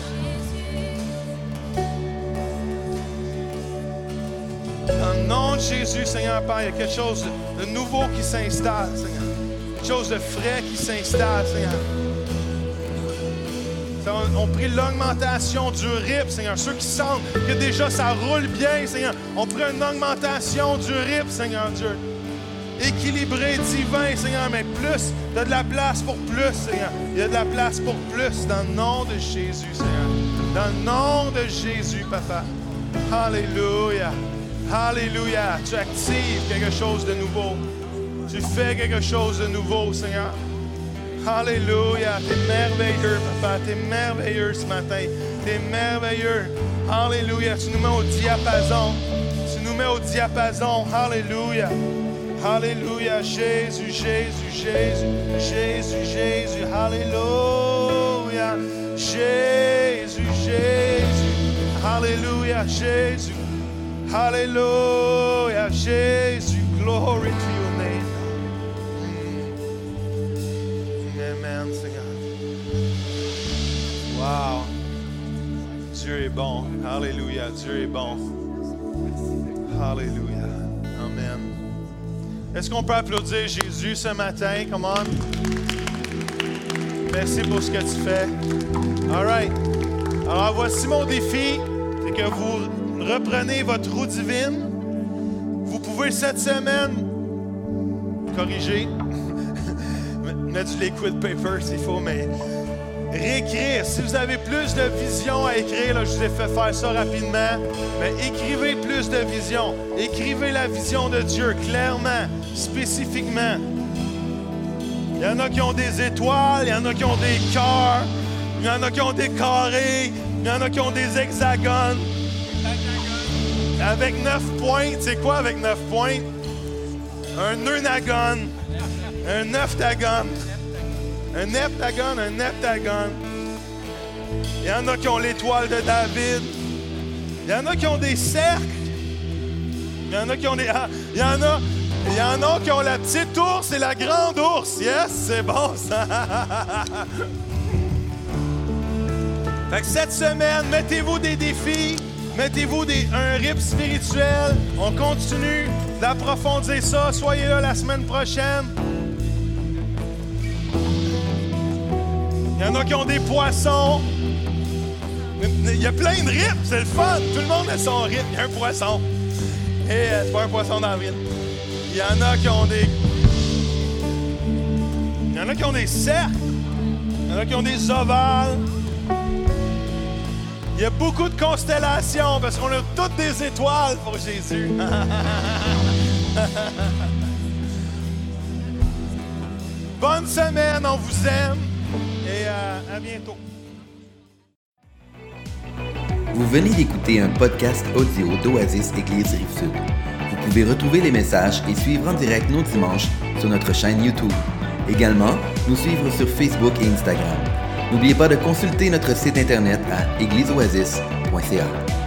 B: Dans le nom de Jésus, Seigneur, Père, il y a quelque chose de nouveau qui s'installe, Seigneur. Quelque chose de frais qui s'installe, Seigneur. On, on prie l'augmentation du rythme, Seigneur. Ceux qui sentent que déjà ça roule bien, Seigneur. On prie une augmentation du rythme, Seigneur Dieu. équilibré, divin, Seigneur, mais plus, tu as de la place pour plus, Seigneur. Il y a de la place pour plus dans le nom de Jésus, Seigneur. Dans le nom de Jésus, Papa. Alléluia. Alléluia. Tu actives quelque chose de nouveau. Tu fais quelque chose de nouveau, Seigneur. Alléluia. Tu es merveilleux, Papa. Tu es merveilleux ce matin. Tu es merveilleux. Alléluia. Tu nous mets au diapason. Tu nous mets au diapason. Alléluia. Alléluia. Jésus, Jésus, Jésus. Jésus, Jésus. Alléluia. Jésus, Jésus. Alléluia. Jésus. Alléluia. Jésus. Glory to your name. Amen, Seigneur. Wow. Dieu est bon. Alléluia. Dieu est bon. Alléluia. Amen. Est-ce qu'on peut applaudir Jésus ce matin? Come on. Merci pour ce que tu fais. All right. Alors, voici mon défi. C'est que vous reprenez votre roue divine. Vous pouvez cette semaine corriger. Mettre du liquid paper s'il faut, mais réécrire. Si vous avez plus de vision à écrire, là, je vous ai fait faire ça rapidement, mais écrivez plus de vision. Écrivez la vision de Dieu clairement, spécifiquement. Il y en a qui ont des étoiles, il y en a qui ont des cœurs, il y en a qui ont des carrés, il y en a qui ont des hexagones. Avec neuf pointes, c'est quoi avec neuf pointes? Un neunagone, un neftagone, un heptagone, un heptagone. Il y en a qui ont l'étoile de David. Il y en a qui ont des cercles. Il y en a qui ont des... Ah, il y en a... Il y en a qui ont la petite ours et la grande ours. Yes, c'est bon ça. Fait que cette semaine, mettez-vous des défis. Mettez-vous des, un rythme spirituel. On continue d'approfondir ça. Soyez là la semaine prochaine. Il y en a qui ont des poissons. Il y a plein de rythmes. C'est le fun. Tout le monde a son rythme. Il y a un poisson. Et euh, c'est pas un poisson dans la ville. Il y en a qui ont des... Il y en a qui ont des cercles. Il y en a qui ont des ovales. Il y a beaucoup de constellations parce qu'on a toutes des étoiles pour Jésus. Bonne semaine, on vous aime et euh, à bientôt.
A: Vous venez d'écouter un podcast audio d'Oasis Église Rive-Sud. Vous pouvez retrouver les messages et suivre en direct nos dimanches sur notre chaîne YouTube. Également, nous suivre sur Facebook et Instagram. N'oubliez pas de consulter notre site internet à église oasis point c a.